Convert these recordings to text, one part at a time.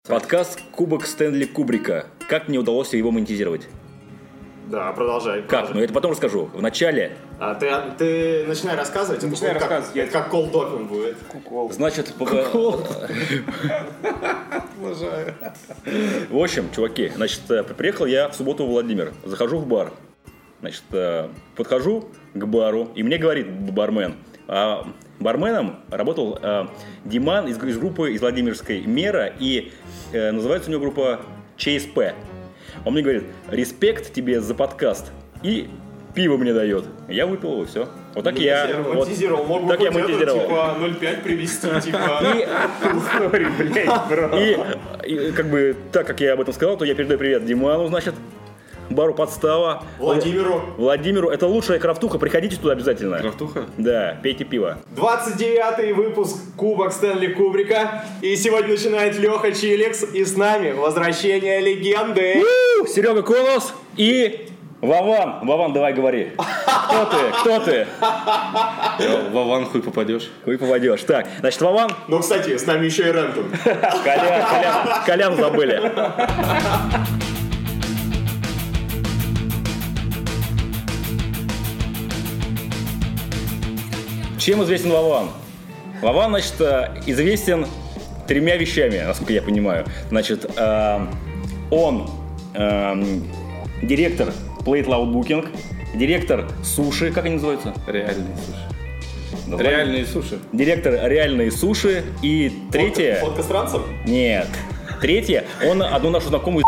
Подкаст «Кубок Стэнли Кубрика». Как мне удалось его монетизировать? Да, продолжай. Как? Ну, я это потом расскажу. Вначале... Ты начинай рассказывать. Начинай рассказывать. Это как колл-допинг будет. Значит... Обожаю. В общем, чуваки, значит, приехал я в субботу в Владимир. Захожу в бар. Значит, подхожу к бару, и мне говорит бармен. Барменом работал Диман из группы из Владимирской «Мера», и называется у него группа ЧСП. Он мне говорит: респект тебе за подкаст. И пиво мне дает. Я выпил его, все. Вот так я монетизировал. Мог бы так я хоть монетизировал. Типа 0,5 привезти, типа... И как бы, так как я об этом сказал, то я передаю привет Диману, значит, бару «Подстава». Владимиру. Это лучшая крафтуха, приходите туда обязательно. Крафтуха? Да, пейте пиво. 29-й выпуск Кубок Стэнли Кубрика. И сегодня начинает Леха Чилекс. И с нами возвращение легенды. Серега Колос и Вован. Вован, давай говори. Кто ты? Вован, хуй попадешь. Хуй попадешь. Так, значит, Вован. Ну, кстати, с нами еще и Рентон. Колян забыли. Чем известен Вован? Вован, значит, известен тремя вещами, насколько я понимаю. Значит, он директор Plate Loud Booking, директор суши, как они называются? Реальные суши. Название? Реальные суши. Директор реальные суши. И третье... Фотка с трансом? Нет. Третье, он одну нашу знакомую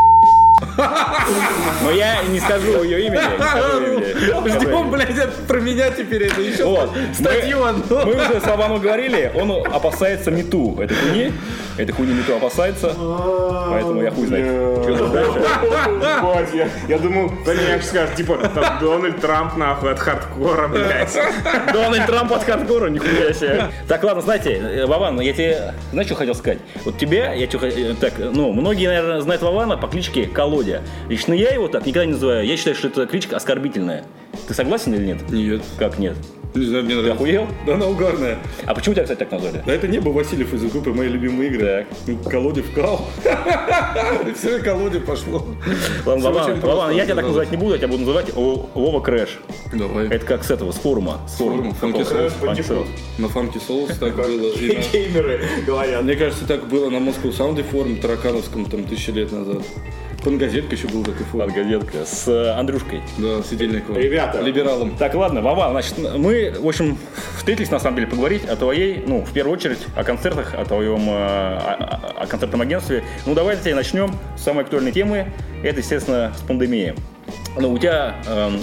но я не скажу ее имени. Ждем, блядь, про меня теперь это еще вот. статью одну. Мы уже с Вованом говорили, он опасается мету этой хуйни. Этой хуйни мету опасается. Поэтому я хуй знает. Что дальше? Я думал, ты мне скажешь, типа, там Дональд Трамп, нахуй, от хардкора, блядь. Дональд Трамп от хардкора, нихуя себе. Так, ладно, знаете, Вован, я тебе, знаешь, что хотел сказать? Вот тебя, так, многие, наверное, знают Вована по кличке Колодя. Лично я его так никогда не называю. Я считаю, что эта кличка оскорбительная. Ты согласен или нет? Нет. Как нет? Не знаю, мне Ты нравится. охуел? Да она угарная. А почему тебя, кстати, так назвали? Да это не был Васильев из группы «Мои любимые игры». Так. Колодев кал. И все, и Колоде пошло. Ладно, Вован, я тебя так называть не буду, я тебя буду называть Вова Крэш. Давай. Это как с этого, с форума. Funky Souls. На Funky Souls так было. Геймеры говорят. Мне кажется, так было на Moscow Sound форуме таракановском там 1000 лет назад. Пангазетка еще был такой форум. Пангазетка с Андрюшкой. Да, сидельником. Ребята. Либералом. Так, ладно, Вова, значит, мы, в общем, встретились, на самом деле, поговорить о твоей, в первую очередь, о концертах, о твоем, о концертном агентстве. Давайте начнем с самой актуальной темы. Это, естественно, с пандемией. У тебя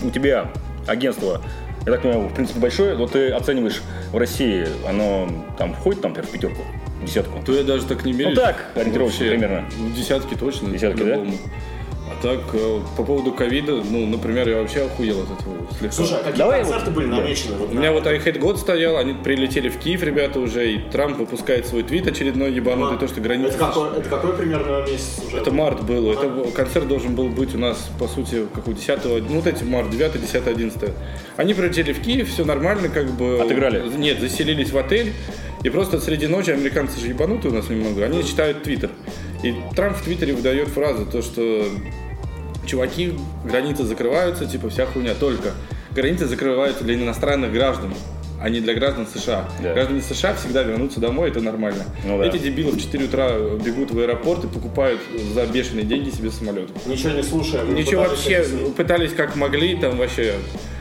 агентство, я так понимаю, в принципе, большое, но ты оцениваешь в России, оно там входит, например, в пятерку? Десятку? То я даже так не меряю. Так, ориентировочно примерно. В десятки точно. Десятки, да? А так, по поводу ковида, например, я вообще охуел от этого слегка. Слушай, а какие концерты были намечены? У меня вот I Hate God стоял, они прилетели в Киев, ребята, уже, и Трамп выпускает свой твит очередной ебанутый, то, что границы... Это какой примерно месяц уже? Это март был. Это концерт должен был быть у нас, по сути, как у 10-го, март, 9, 10, 11. Они прилетели в Киев, все нормально, как бы... Отыграли? Нет, заселились в отель. И просто среди ночи, американцы же ебанутые у нас немного, они читают твиттер. И Трамп в твиттере выдает фразу, то что чуваки, границы закрываются, типа вся хуйня, только границы закрываются для иностранных граждан, а не для граждан США. Да. Граждане США всегда вернутся домой, это нормально. Да. Эти дебилы в 4 утра бегут в аэропорт и покупают за бешеные деньги себе самолет. Ничего не слушаем. Ничего вообще, пытались как могли, там вообще.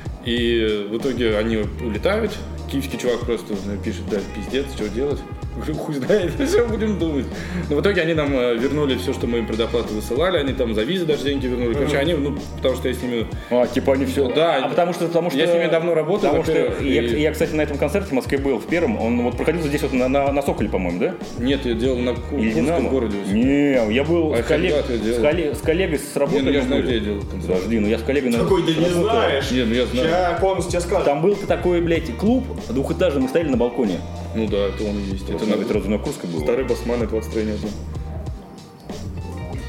И в итоге они улетают. Киевский чувак просто пишет, да, пиздец, что делать? Хуй знает, что будем думать. Но в итоге они нам вернули все, что мы им предоплату высылали, они там за визы даже деньги вернули. Короче, они, потому что я с ними... типа они все... Да, потому что я с ними давно работаю, потому что я, кстати, на этом концерте в Москве был, в первом, он вот проходил здесь вот на Соколе, по-моему, да? Нет, я делал на Курском городе. Не, я был с коллегой с работы. Не, я знаю, где я делал. Подожди, я с коллегой... Какой ты не знаешь? Нет, я знаю. Я полностью тебе скажу. Там был такой, блядь, клуб двухэтажный, мы стояли на балконе. Ну да, это он и есть. Это на Петрозуна Курска было. Старый басман, это отстроение.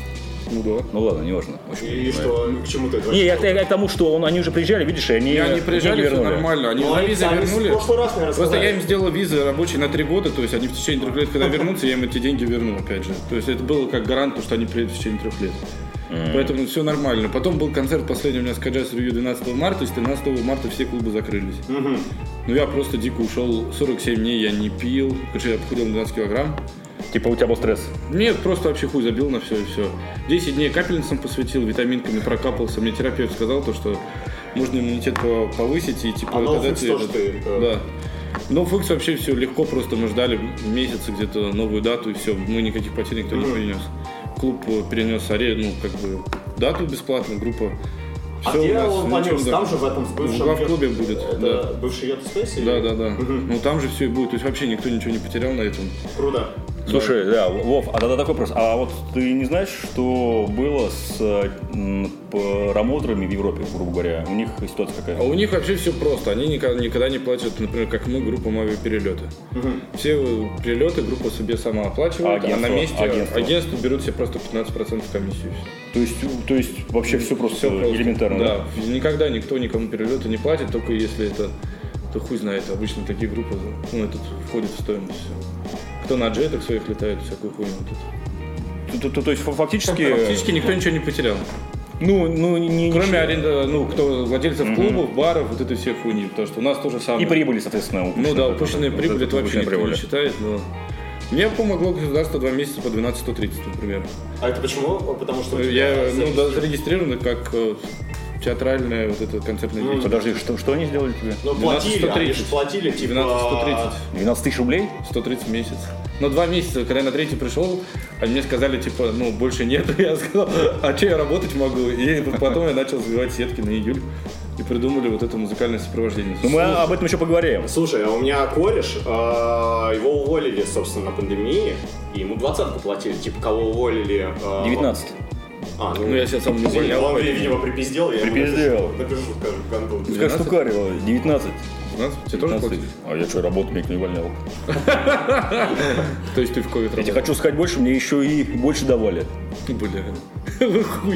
Ну да. Ну ладно, неважно. В общем, И что, к чему ты это? не, я к тому, что они уже приезжали, видишь, и они Они приезжали, все вернули. нормально. Они Ну, на они визы сами в вернули. прошлый раз, наверное, Просто сказали. я им сделал визы рабочие на 3 года, то есть они в течение 3 лет, когда вернутся, я им эти деньги верну, опять же. То есть это было как гарант, что они приедут в течение 3 лет. Поэтому все нормально. Потом был концерт последний у меня с Каджас Ревью 12 марта, и с 13 марта все клубы закрылись. Ну я просто дико ушел, 47 дней я не пил, короче, я похудел на 12 килограмм. Типа у тебя был стресс. Нет, просто вообще хуй забил на все и все. 10 дней капельницам посвятил, витаминками прокапался. Мне терапевт сказал, что можно иммунитет повысить и типа... А когда Ноуфикс тоже ты... Да. Ноуфикс вообще все легко, просто мы ждали месяца где-то новую дату и все. Мы никаких потерь никто не перенес. Клуб перенес дату бесплатно, группа. А Всё где у нас, он планируется? ничего, Там же в этом бывшем... в клубе будет. Это Да. бывший Йота Спейс? Да. Ну там же все и будет. То есть вообще никто ничего не потерял на этом. Круто. Слушай, да, Вов, а тогда такой вопрос. А вот ты не знаешь, что было с промоутерами в Европе, грубо говоря? У них ситуация А какая? у них вообще все просто. Они никогда не платят, например, как мы, группам авиаперелеты. Все перелеты группа себе сама оплачивает, а на месте агентство берут себе просто 15% комиссию. То есть вообще все просто элементарно, Да, никогда никто никому перелеты не платит, только если это, то хуй знает, обычно такие группы, ну, это входит в стоимость все. Кто на джетах своих летает, всякую хуйню тут. То есть фактически... Фактически никто ничего не потерял. не Кроме аренды, кто владельцев клубов, баров, вот этой всей хуйни, потому что у нас тоже самое. И прибыли, соответственно. Ну да, упущенная прибыль, это вообще никто прибыль. не считает, но... Мне помогло государство 2 месяца по 12 например. А это почему? Потому что... у тебя Я запись- зарегистрирован как театральная вот эта концертная деятельность. Подожди, что они сделали тебе? Ну, платили, 12 они же платили, типа... 12 12 тысяч рублей? 130 в месяц. Но 2 месяца, когда я на 3 пришел, они мне сказали, типа, больше нет. Я сказал, а что я работать могу? И потом я начал забивать сетки на июль. И придумали вот это музыкальное сопровождение. Ну мы об этом еще поговорим. Слушай, а у меня кореш, его уволили, собственно, на пандемии, и ему 20-ку платили, типа, кого уволили... 19. Ну я себя сам не увольнял. Он, видимо, припиздел, я ему Припиздел. напишу, скажу, в конту. Ты скажешь, штукарил, 19. 12? Тебе тоже 19. платили? А я что, работу мне не увольнял. То есть ты в ковид Я тебе работал? хочу сказать больше, мне еще и больше давали. Бля. Вы хуй.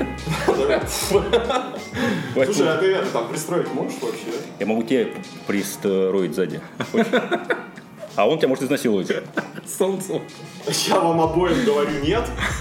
Слушай, а ты это там пристроить можешь вообще? Я могу тебе пристроить сзади. Хочешь? А он тебя может изнасиловать. Солнцем. Я вам обоим говорю нет.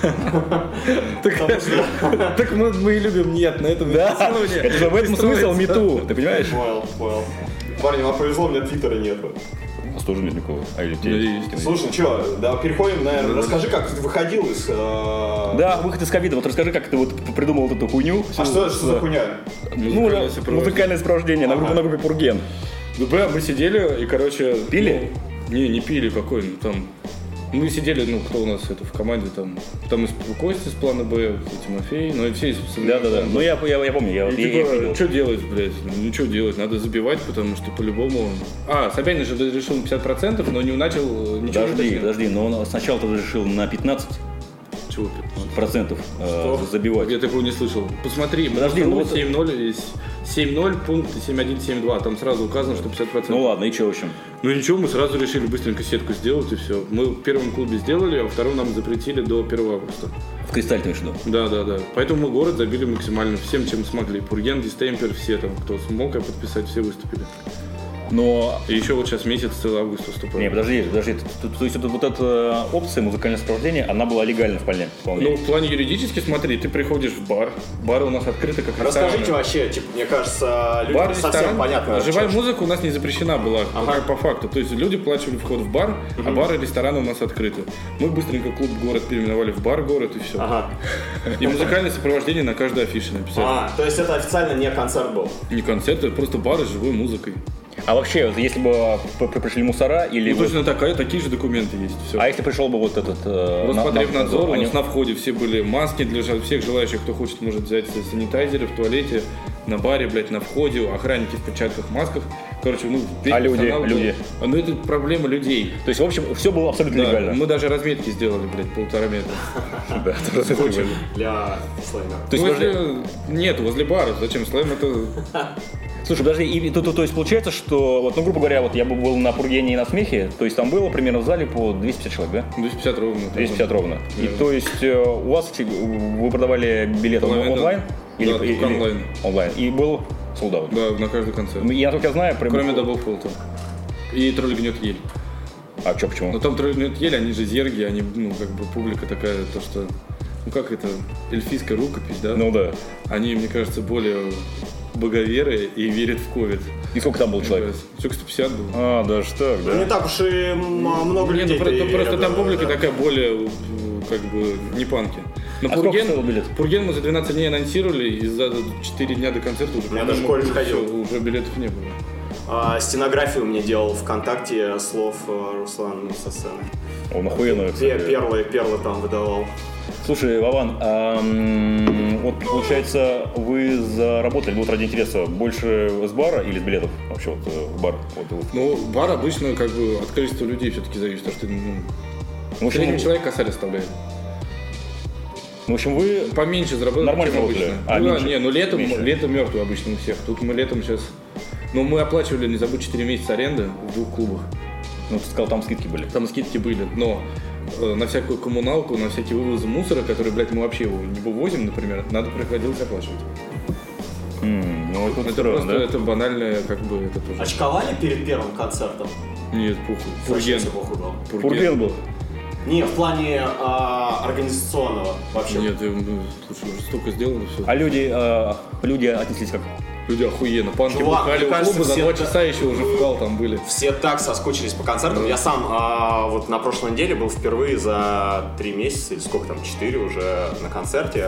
Так мы и любим нет на этом. изнасилование. Это же в этом смысл мету, ты понимаешь? Понял. Парни, вам повезло, у меня твиттера нету. У нас тоже нет никого. А или Ну, тебе? есть. Слушай, что, да, переходим, наверное, расскажи, как ты выходил из... Да, выход из ковида. Вот расскажи, как ты вот придумал вот эту хуйню. А что за хуйня? Музыкальное сопровождение. Музыкальное сопровождение на группе Пурген. Ну, бля, мы сидели и, короче... Пили? Не пили, какой, там... Мы сидели, кто у нас это в команде, там из Кости с плана Б, Тимофей, и все из... Да. Ну я помню, я И типа, что делать, блядь? Ничего делать, надо забивать, потому что по-любому... Собянин же решил на 50%, но не начал ничего не уточнил. Подожди, но он сначала ты решил на 15%. Чего 15% забивать. Я такого не слышал. Посмотри, Подожди, ну вот- 7.0, 7.0 пункт 7.1, 7.2, там сразу указано, что 50%. Ну ладно, и что, в общем? Ну ничего, мы сразу решили быстренько сетку сделать и все. Мы в первом клубе сделали, а во втором нам запретили до 1 августа. В Кристаль ты имеешь в виду? Да. Поэтому мы город забили максимально всем, чем смогли. Пурген, Дистемпер, все там, кто смог подписать, все выступили. Но... И еще вот сейчас месяц, целый август выступаем. Не, подожди. То есть вот эта опция музыкальное сопровождение, она была легальна вполне. Ну, в плане юридически, смотри, ты приходишь в бар, бары у нас открыты как Расскажите рестораны. вообще, типа, мне кажется, людям Бар, совсем ресторан, понятно. живая что- музыка у нас не запрещена была, по факту. То есть люди плачивали вход в бар, а бары и рестораны у нас открыты. Мы быстренько клуб город переименовали в бар город и все. Ага. И музыкальное сопровождение на каждой афише написали. То есть это официально не концерт был? Не концерты, просто бары с живой музыкой. А вообще, вот если бы пришли мусора или... Ну, точно такие же документы есть. Все. А если пришел бы вот этот... Роспотребнадзор, у они- нас на входе все были маски для всех желающих, кто хочет, может взять санитайзеры в туалете, на баре, блядь, на входе, охранники в перчатках, масках. Короче, ну, А люди, персонал был. люди? Ну, это проблема людей. То есть, в общем, все было абсолютно Да, легально. мы даже разметки сделали, блядь, 1,5 метра. Да, это очень. Для слаймера. То есть, подожди, Нет, возле бара. Зачем слэм это... слушай, подожди, и то есть получается, что, вот, ну, грубо говоря, вот я был на Пургене и на Смехе, то есть там было примерно в зале по 250 человек, да? 250 ровно. 250 ровно. И то есть у вас вы продавали билеты онлайн? Да, только онлайн. Онлайн. И был солдат. Да, на каждый концерт. Я, насколько я знаю, Кроме Double Fault. И Тролль гнет ель. А что, почему? Но там Тролль гнет ель, они же зерги, они, ну, как бы публика такая, то что... Ну, как это, эльфийская рукопись, да? Ну да. Они, мне кажется, более боговеры и верят в ковид. И сколько там было человек? Человек 150 было. А, даже так, Ну, не да? так уж и много Нет, людей. ну, просто там публика такая более, как бы, не панки. Но А сколько стоил билет? Пурген мы за 12 дней анонсировали, и за 4 дня до концерта уже, Я даже в колледж ходил. уже билетов не было. Стенографию мне делал ВКонтакте слов Руслан со сцены. Он охуенно. Первый там выдавал. Слушай, Вован, вот получается, вы заработали вот ради интереса больше с бара или с билетов? Вообще вот в бар? Вот. Ну, бар обычно, как бы, от количества людей все-таки зависит, потому что, В общем, средний человек косарь оставляет. в общем, вы Поменьше заработали, Нормально чем заработали? обычно. А, Ну, да, меньше? не, ну Меньше. лето мертвое обычно у всех. Тут мы летом сейчас... Ну, мы оплачивали, не забудь, 4 месяца аренды в 2 клубах. ну, ты сказал, там скидки были. Там скидки были, но на всякую коммуналку, на всякие вывозы мусора, которые, блядь, мы вообще его не вывозим, например, надо приходилось оплачивать. Ну, это Это странно, просто, да? это банальное, как бы, это тоже... Очковали перед первым концертом? Нет, похуй. Вообще Пурген. всё похуй был. Пурген был. Не, в плане организационного вообще. Нет, слушай, уже столько сделано все. А люди отнеслись как? Люди охуенно. Панки Чувак, бухали мне у кажется, клуба, за все 2 та- часа еще уже в кал там были. Все так соскучились по концертам. Я сам вот на прошлой неделе был впервые за 3 месяца, или сколько там, 4 уже на концерте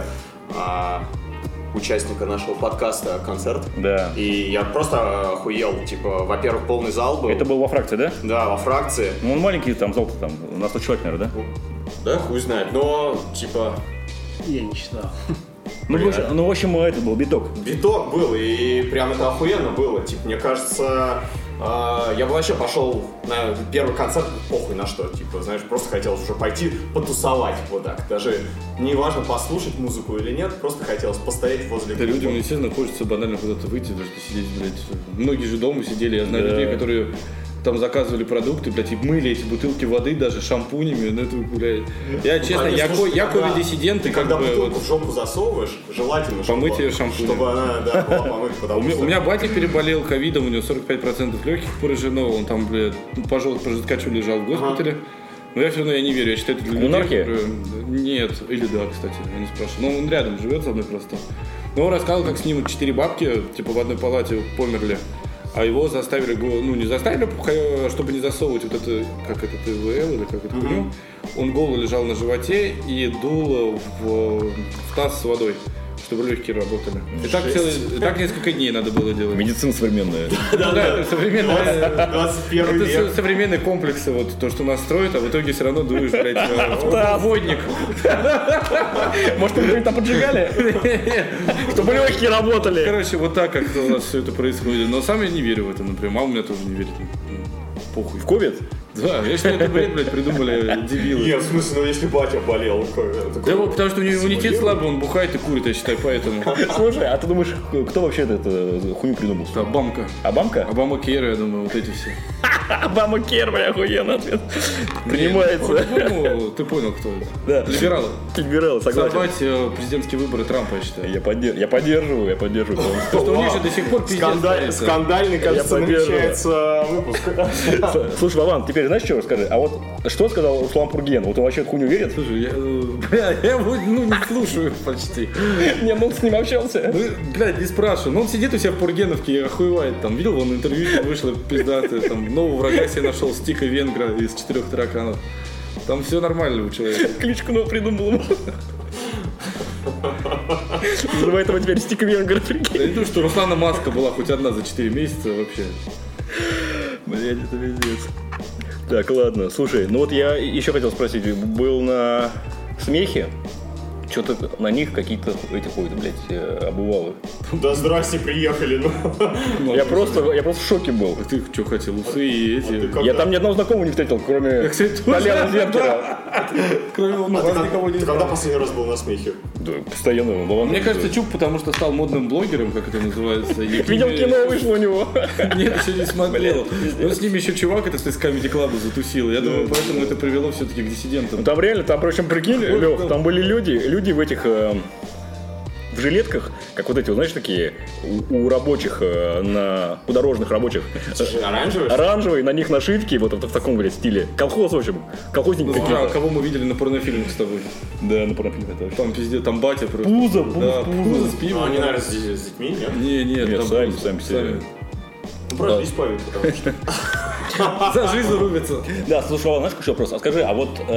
участника нашего подкаста «Концерт». Да. И я просто охуел. Типа, во-первых, полный зал был. Это был во фракции, да? Да, во фракции. Ну, он маленький, там, зал там, на 100 человек, наверное, да? Да, хуй знает. Но, типа, Я не читал. Ну, в общем, это был биток. биток был, и прям это охуенно было. Типа, мне кажется, я бы вообще пошел на первый концерт, похуй на что, типа, знаешь, просто хотелось уже пойти потусовать вот так. Даже не важно, послушать музыку или нет, просто хотелось постоять возле Да, людям, клуба. естественно, хочется банально куда-то выйти, даже сидеть, блядь. Многие же дома сидели, я знаю Да. людей, которые там заказывали продукты, блядь, и мыли эти бутылки воды даже шампунями, ну это, блядь. Я, честно, Конечно, слушай, я когда- ковид-диссидент, и как Когда бы... бутылку вот, в жопу засовываешь, желательно, Помыть чтобы, её шампунем. чтобы она была помыта, потому у что... меня батя переболел ковидом, у него 45% легких поражено, он там, блядь, по жесткачу лежал в госпитале. Но я все равно не верю, я считаю, это для людей, Монархия? которые... Нет, или да, кстати, я не спрашиваю. Но он рядом живет со мной просто. Но он рассказал, как с ним 4 бабки, типа в одной палате померли. А его заставили, ну не заставили, чтобы не засовывать вот это, как это, ТВЛ или как это хуйню. Он голый лежал на животе и дул в таз с водой, чтобы легкие работали. И так несколько дней надо было делать. Медицина современная. Да, это современная... 21 Это век. современные комплексы, вот то, что нас строят, а в итоге все равно дуешь, блядь, в водник. Может, вы там поджигали? Чтобы легкие работали. Короче, вот так как у нас все это происходит. Но сам я не верю в это, например. Мама у меня тоже не верит. Похуй. В ковид? Да, я считаю, это бред, блядь, придумали дебилы. Нет, в смысле, ну если батя болел, Да вот, потому что у него иммунитет слабый, он бухает и курит, я считаю, поэтому. Слушай, а ты думаешь, кто вообще эту хуйню придумал? Обамка. Обамка? Обама Кер, я думаю, вот эти все. Обама Кер, бля, охуенно ответ. Принимается. По-моему, ты понял, кто это. Да. Либералы. Либералы, согласен. Сорвать президентские выборы Трампа, я считаю. Я поддерживаю полностью. Потому что у них же до сих пор пиздец творится. Скандальный, кажется, поддерживаю. намечается выпуск. Слушай, Вован, теперь знаешь, что расскажи? А вот что сказал Руслан Пурген? Вот он вообще в хуйню верит? Слушай, я его не слушаю почти. Не, ну с ним общался. Ну, блядь, не спрашиваю. Ну, он сидит у себя в Пургеновке и охуевает. Там, видел, вон интервью вышло пиздатое. Там, нового врага себе нашел, Стика Венгра из 4 тараканов. Там все нормально у человека. Кличку новую придумал ему. Называет его теперь Стик Венгер, Я прикинь. не думаю, что Руслана Маска была хоть одна за 4 месяца вообще. Блядь, это пиздец. Так, ладно, слушай, ну вот я еще хотел спросить, был на Смехе, что-то на них какие-то эти ходят, блядь, обувалы. Да здрасте, приехали, ну. Я просто в шоке был. А ты что хотел, усы и эти? Я там ни одного знакомого не встретил, кроме Толяна Зенкера. Кроме вас никого не Ты когда последний раз был на смехе? Да, постоянно. Мне кажется, Чуб, потому что стал модным блогером, как это называется. Видел кино, вышло у него. Нет, еще не смотрел. Но с ним еще чувак это с Comedy Club затусил. Я думаю, поэтому это привело все-таки к диссидентам. Там реально, там, причем, прикинь, Лёх, там были люди в этих... в жилетках, как вот эти, вот, знаешь, такие у рабочих, у дорожных рабочих. Оранжевые? Оранжевые, на них нашивки, вот в таком, блядь, стиле. Колхоз, в общем. Колхозники какие-то. Кого мы видели на порнофильмах с тобой? Да, на порнофильме это вообще. Там пиздец, там батя просто. Пузо с пивом. Они, наверное, с детьми, нет? Нет, там сами просто себе. Ну, просто не спорят, потому что... За жизнь рубятся. Да, слушай, знаешь, какой вопрос? А скажи, а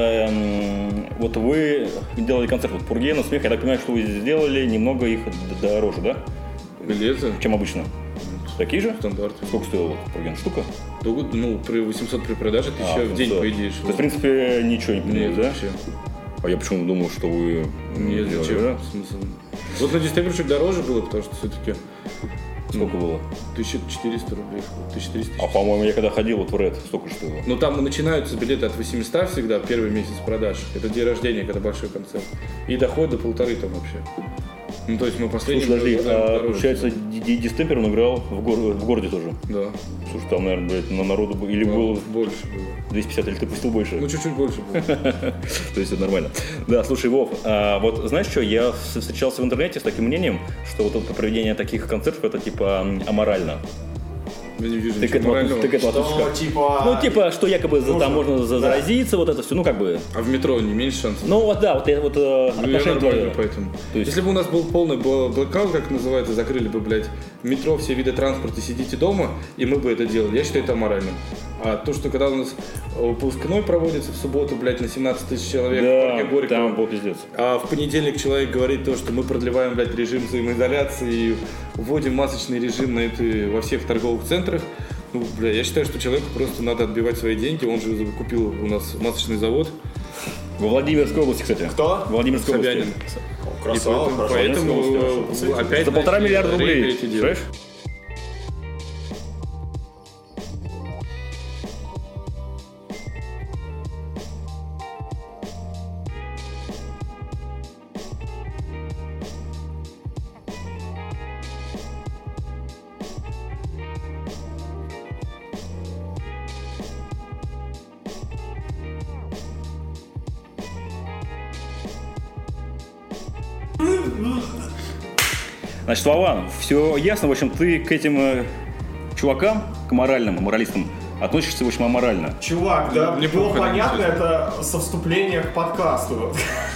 вот вы делали концерт вот Пургена, Смех, я так понимаю, что вы сделали немного их дороже, да? Билеты? Чем обычно? Такие же? Стандарт. Сколько стоил вот Пурген? Штука? Ну, при 800 при продаже, 1000 в день, 800. по идее. То есть, в принципе, ничего не поменялось, да? Вообще. А я почему думал, что вы... Нет, делали, зачем? да? Смысл? Вот на дистрибьюторе чуть дороже было, потому что все-таки Сколько было? 1400 рублей, 1300. А по-моему, я когда ходил вот в Red, столько что было. Ну там начинаются билеты от 800 всегда, первый месяц продаж. Это день рождения, когда большой концерт. И доходит до 1500 там вообще. Ну то есть мы последний... Слушай, подожди, получается, Дистемпер он играл в городе тоже? Да. Слушай, там, наверное, блядь, на народу было... Или было больше было. 250, или ты пустил больше? Ну чуть-чуть больше было. То есть это нормально. Да, слушай, Вов, вот знаешь что, я встречался в интернете с таким мнением, что вот это проведение таких концертов, это типа аморально. Я не вижу Ты к этому относишься Что, как? типа... Ну, типа, что якобы там можно заразиться, вот это все, ну, как бы... А в метро не меньше шансов? Ну, вот, да, вот Я отношение нормально, твое. поэтому. То есть- Если бы у нас был полный блэкаут, как называется, закрыли бы, блядь, метро, все виды транспорта, сидите дома, и мы бы это делали. Я считаю это аморальным. А то, что когда у нас выпускной проводится в субботу, блядь, на 17 тысяч человек в парке Да, Горького, там был пиздец. а в понедельник человек говорит то, что мы продлеваем, блядь, режим самоизоляции и вводим масочный режим на это во всех торговых центрах. Ну, бля, я считаю, что человеку просто надо отбивать свои деньги. Он же купил у нас масочный завод. Во Владимирской области, кстати. Кто? В Владимирской области. Собянин. Красава, хорошо. Поэтому Хорошо. опять За 1,5 миллиарда рублей. эти делать. Представляешь? Значит, Вован, все ясно, в общем, ты к этим чувакам, к моралистам, относишься, в общем, аморально. Чувак, да, Мне было плохо, понятно, честно. это со вступления к подкасту.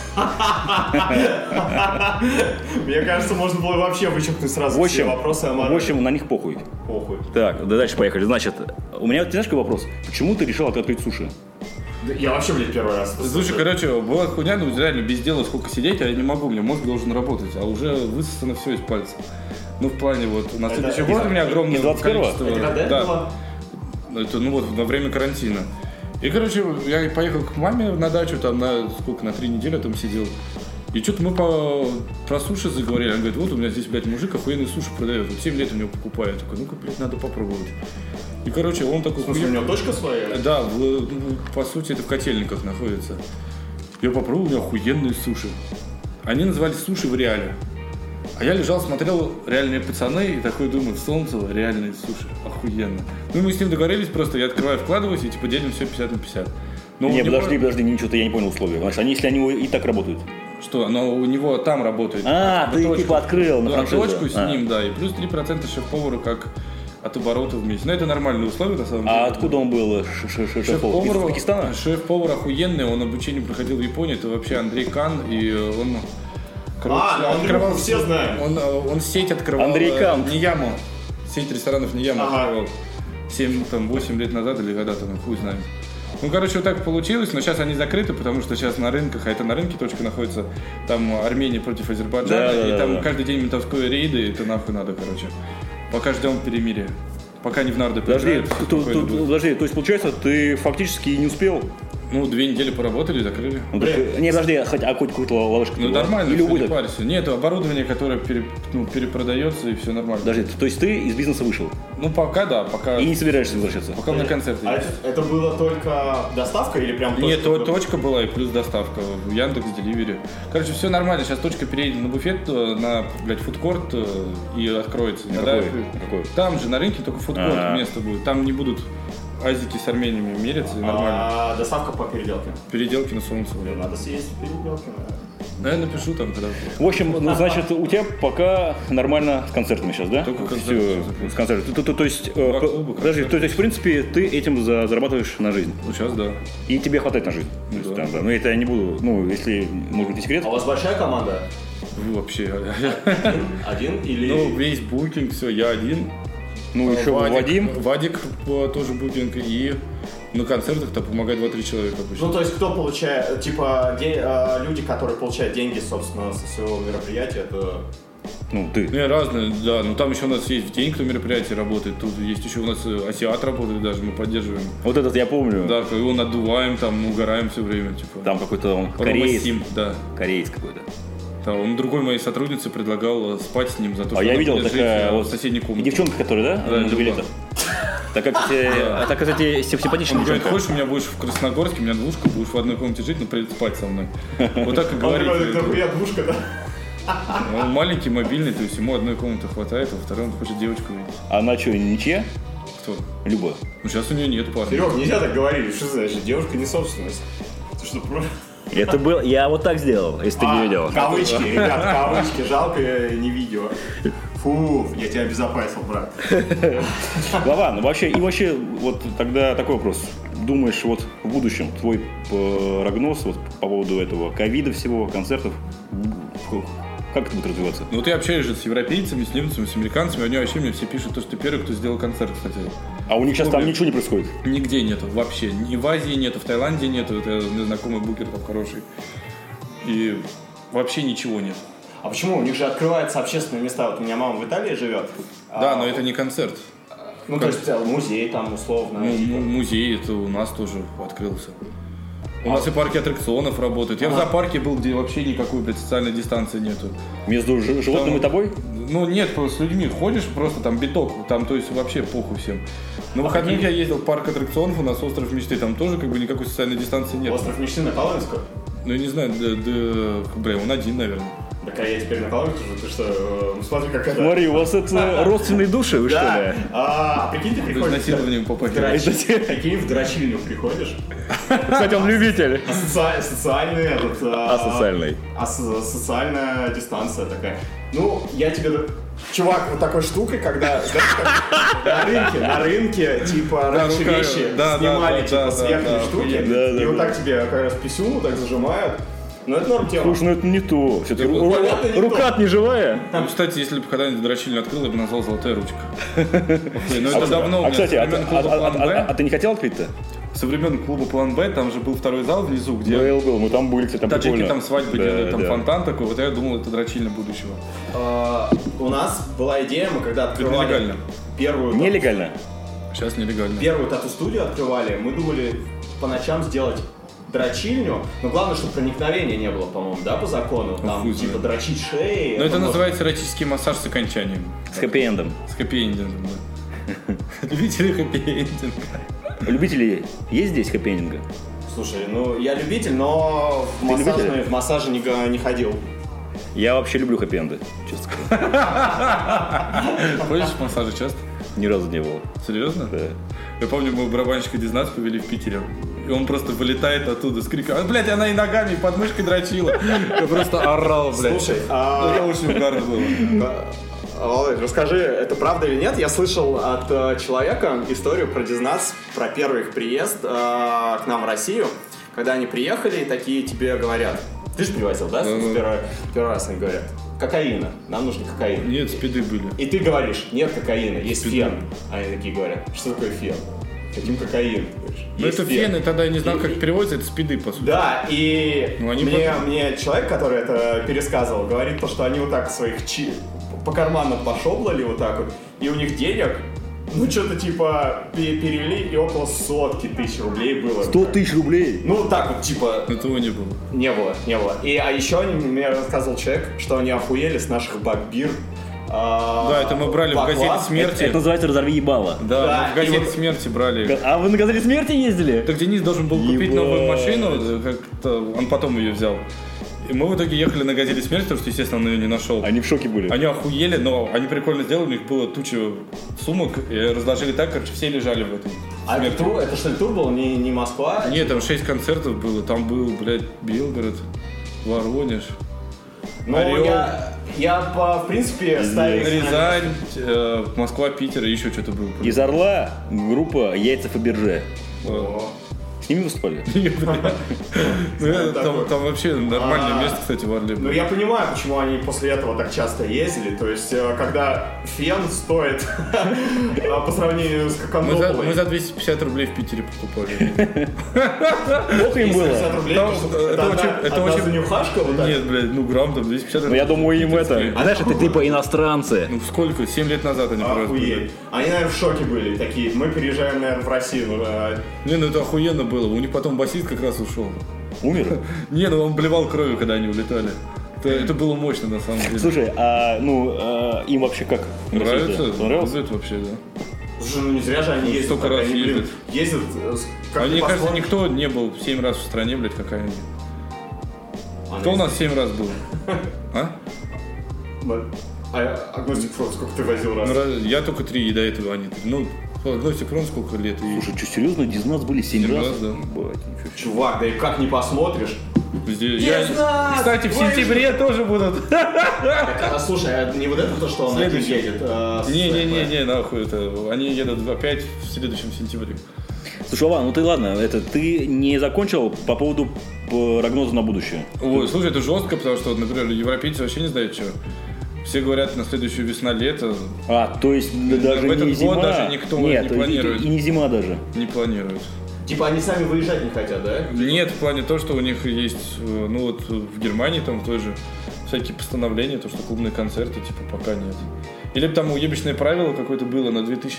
Мне кажется, можно было вообще вычеркнуть сразу В все общем, вопросы о морали. в общем, на них похуй. Похуй. Так, да, дальше поехали. Значит, у меня, ты знаешь, какой вопрос? Почему ты решил открыть суши? Да я вообще, блядь, первый раз это Слушай, слышу. короче, была хуйня, ну реально без дела сколько сидеть, а я не могу, у меня мозг должен работать, а уже высосано все из пальца. Ну, в плане вот, на следующий год у меня огромное из 21-го? количество... Это когда это Да. было? Это, ну вот, во время карантина. И, короче, я поехал к маме на дачу, там, на 3 недели я там сидел. И что-то мы про суши заговорили. Он говорит, вот у меня здесь, блядь, мужик охуенный суши продает. Вот 7 лет у него покупаю. Я такой, ну-ка, блядь, надо попробовать. И, короче, он такой... В смысле, у него точка своя? Да, по сути, это в Котельниках находится. Я попробовал, у меня охуенные суши. Они назывались суши в реале. А я лежал, смотрел «Реальные пацаны» и такой думаю, Солнцево, реальные суши, охуенно. Ну, мы с ним договорились просто, я открываю, вкладываюсь и типа делим все 50/50. Но Не, у него- подожди, ничего-то я не понял условия. Значит, если они и так работают. Что, но у него там работает. А, ты точку. типа открыл на Да, франшизу. точку с ним, да, и плюс 3% шеф-повара как от оборота в месяц. Ну, это нормальные условия, на самом деле. А откуда он был? Шеф-повар? Из Пакистана? Шеф-повар охуенный, он обучение проходил в Японии, это вообще Андрей Кан, и он... Ну, Андрюху все знаем. Он сеть открывал. Андрей Кан. Нияму. Сеть ресторанов Нияму Ага. открывал. 7-8 лет назад или когда-то, ну, хуй знает. Ну, короче, вот так получилось, но сейчас они закрыты, потому что сейчас на рынках, а это на рынке точка находится, там Армения против Азербайджана, Да, и там да. каждый день ментовской рейды, и это нахуй надо, короче. Пока ждем перемирия. Пока не в нарды Подожди, приезжают, все спокойно будут. подожди, то есть получается, ты фактически не успел Ну, 2 недели поработали, закрыли. Ну, не, подожди, хоть какую-то ловушку. Ну, нормально, или все, не убыток. парься. Нет, оборудование, которое перепродается, и все нормально. Подожди, то есть ты из бизнеса вышел? Ну, пока да, пока... И не собираешься возвращаться? Пока на концерты. А это было только доставка или прям Нет, точка? точка была и плюс доставка в Яндекс Деливери. Короче, все нормально. Сейчас точка переедет на буфет, на, блядь, фудкорт и откроется. Какой? Там же на рынке только фудкорт место будет. Там не будут азики с армянами мерятся, и нормально. А доставка по переделке? Переделки на Солнцево. Надо съесть в переделке, Ну, я напишу там, когда... В общем, ну, значит, у тебя пока нормально с концертами сейчас, да? Только концерты. Всё, с концертами. То есть, клуба, подожди, то есть, в принципе, ты этим зарабатываешь на жизнь? Ну, сейчас да. И тебе хватает на жизнь? То есть, там, да. Ну, это я не буду, ну, если, может быть, не секрет. А у вас большая команда? Вообще. Один или... Ну, весь букинг, все, я один. Ну, еще Вадим. Вадик тоже букинг, и на концертах-то помогает 2-3 человека обычно. Ну, то есть, кто получает, типа, люди, которые получают деньги, собственно, со своего мероприятия, это... Ну, ты. Не, разные, да. Ну, там еще у нас есть в день, кто мероприятие работает. Тут есть еще у нас Асиат работает даже, мы поддерживаем. Вот этот я помню. Да, его надуваем, там, угораем все время, типа. Там какой-то он Рома кореец. Сим, да. Кореец какой-то. Да, он другой моей сотруднице предлагал спать с ним за то, что А я она видел будет такая жить вот в соседней комнате. девчонка, которая, да? Да, На Люба. билетах. Такая, кстати, симпатичная Он говорит, девчонка. хочешь, у меня будешь в Красногорске, у меня двушка, будешь в одной комнате жить, но придет спать со мной. Вот так и Он говорит. такой, нахуя двушка, да? Он маленький, мобильный, то есть ему одной комнаты хватает, а второй он хочет девочку видеть. А она что, ничья? Кто? Люба. Ну сейчас у нее нет парня. Серег, нельзя так говорить, что значит, девушка не собственность. Ты что, про... Это был, я вот так сделал, если ты не видел. Кавычки, ребят, кавычки, жалко не видео. Фу, я тебя обезопасил, брат. Вован, вообще, вот тогда такой вопрос. Думаешь, вот в будущем твой прогноз вот, по поводу этого ковида всего, концертов, как это будет развиваться? Ну вот я общаюсь же с европейцами, с немцами, с американцами, они вообще мне все пишут, что ты первый, кто сделал концерт, кстати. А у них сейчас там ничего не происходит? Нигде нету, вообще. Ни в Азии нету, в Таиланде нету, это мне знакомый букер там хороший. И вообще ничего нет. А почему? У них же открываются общественные места. Вот у меня мама в Италии живет. Да, но это не концерт. Ну, то есть музей там условно. Ну, музей это у нас тоже открылся. У нас и парки аттракционов работают. Я в зоопарке был, где вообще никакой, блядь, социальной дистанции нету. Между животным и тобой? Ну нет, с людьми ходишь, просто там биток, там, то есть вообще похуй всем. На выходных я ездил в парк аттракционов, у нас остров мечты, там тоже как бы никакой социальной дистанции нет. Остров мечты на Коломенском? Ну я не знаю, бля, он один, наверное. Так, а я теперь на Коломенском же, ты что, ну смотри, как это... Смотри, у вас это родственные души, вы что ли? Да, а прикинь, ты В приходишь... изнасилованием попасть. Прикинь, в дрочильню приходишь. Кстати, он любитель. Социальный этот... Асоциальный. Социальная дистанция такая. Ну, я тебе... Чувак, вот такой штукой, когда, знаешь, как на рынке, типа, раньше вещи снимали, типа, с верхней штуки, и вот так тебе как раз писюну так зажимают. Ну, это норм тема. Слушай, ну это не то. Все-таки понятно, не рука-то не живая. Ну, кстати, если бы когда-нибудь дрочильню открыл, я бы назвал «Золотая ручка». Ну, это давно. А, кстати, со времен клуба «План Б». а ты не хотел открыть-то? Со времен клуба «План Б», там же был второй зал внизу, где Был, мы там были, кстати, там таджики прикольно. там свадьбы делают, там фонтан такой. Вот я думал, это дрочильня будущего. У нас была идея, мы когда Это открывали нелегально. первую... Нелегально. Сейчас нелегально. Первую тату-студию открывали, мы думали по ночам сделать дрочильню, но главное, чтобы проникновения не было, по-моему, да, по закону, там, хуй типа, знает. дрочить шеи. Но это может- называется эротический массаж с окончанием. С хэппи-эндом. С хэппи-эндингом, да. Любители хэппи-эндинга. Любители есть здесь хэппи-эндинга? Слушай, ну, я любитель, но в Ты любитель? в массаже не ходил. Я вообще люблю хэппи-энды, честно сказать. Ходишь в массаже часто? Ни разу не было. Серьезно? Да. Я помню, мы барабанщика Дизнас повели в Питере. И он просто вылетает оттуда с криком: «А, блядь, она и ногами, и подмышкой дрочила». Я просто орал, блядь. Слушай, Это очень угарно было. Володь, расскажи, это правда или нет? Я слышал от человека историю про Дизнас, про первый их приезд к нам в Россию, когда они приехали и такие тебе говорят, ты же привозил, да? Первый раз они говорят, кокаина, нам нужен кокаин. Нет, спиды были. И ты говоришь, нет кокаина, есть фен. А они такие говорят, что такое фен? Каким кокаин? Ну это фен, и тогда я не знал, как переводится, это спиды, по сути. Да, и Ну, они мне человек, который это пересказывал, говорит то, что они вот так своих по карманам пошоблали вот так вот, и у них денег Ну, что-то типа перевели, и около 100 тысяч рублей было. 100 тысяч рублей? Ну, так вот, типа... Этого не было. Не было. А еще мне рассказывал человек, что они охуели с наших бакбир. Да, это мы брали в газете смерти. Это называется «Разорви ебало». Да, мы в газете смерти брали. А вы на газете смерти ездили? Так Денис должен был купить новую машину, как-то он потом ее взял. И мы в итоге ехали на газели смерти, потому что, естественно, он ее не нашел. Они в шоке были. Они охуели, но они прикольно сделали, у них было туча сумок, и разложили так, короче, все лежали в этой смерти. Это что ли тур был, не Москва? Нет, там 6 концертов было, там был, блядь, Белгород, Воронеж, Ну, Орел, в принципе, ставил... Рязань, Москва, Питер и еще что-то было. Из Орла группа «Яйца Фаберже». О. С ними выступали? Там вообще нормальное место, кстати, в Орле. Ну, я понимаю, почему они после этого так часто ездили. То есть, когда фен стоит по сравнению с Коконополой... Мы за 250 рублей в Питере покупали. Плохо им было? 250 рублей, это одна занюхашка? Вот так? Нет, блядь, ну грамм там 250. Ну, я думаю, им это... А знаешь, это типа иностранцы. Ну, сколько? 7 лет назад они просто были. Охуеть. Они, наверное, в шоке были. Такие, мы переезжаем, наверное, в Россию. Не, ну это охуенно было. У них потом басист как раз ушел. Умер? Не, ну он блевал кровью, когда они улетали. Это было мощно, на самом деле. Слушай, им вообще как? Нравится? Понравилось? Любят вообще, да. Слушай, ну не зря же они ездят. Столько раз ездят. Ездят, как Мне кажется, посмотришь. никто не был 7 раз в стране, блядь, как они. Кто у нас 7 раз был? А? Агностик Фронт, сколько ты возил раз? Я только 3, и до этого они 3. Ну, Агностик Фронт сколько лет? Слушай, что, серьезно? Дизнас были 7 раз? Да. Ебать, ничего. Чувак, да и как не посмотришь? Я, кстати, в сентябре тоже будут. Слушай, а не вот это то, что он один Следующий. едет? Не, нахуй это. Они едут опять в следующем сентябре. Слушай, Вова, ну ты ладно, ты не закончил по поводу прогноза на будущее? Ой, слушай, это жестко, потому что, вот, например, европейцы вообще не знают, что. Все говорят на следующую весна-лето. То есть даже в этот не год зима? даже никто Нет, не планирует. И не зима даже. Не планируют. Типа они сами выезжать не хотят, да? Нет, в плане того, что у них есть, ну вот в Германии там в той же всякие постановления, то, что клубные концерты, типа, пока нет. Или там уебищное правило какое-то было на 2000,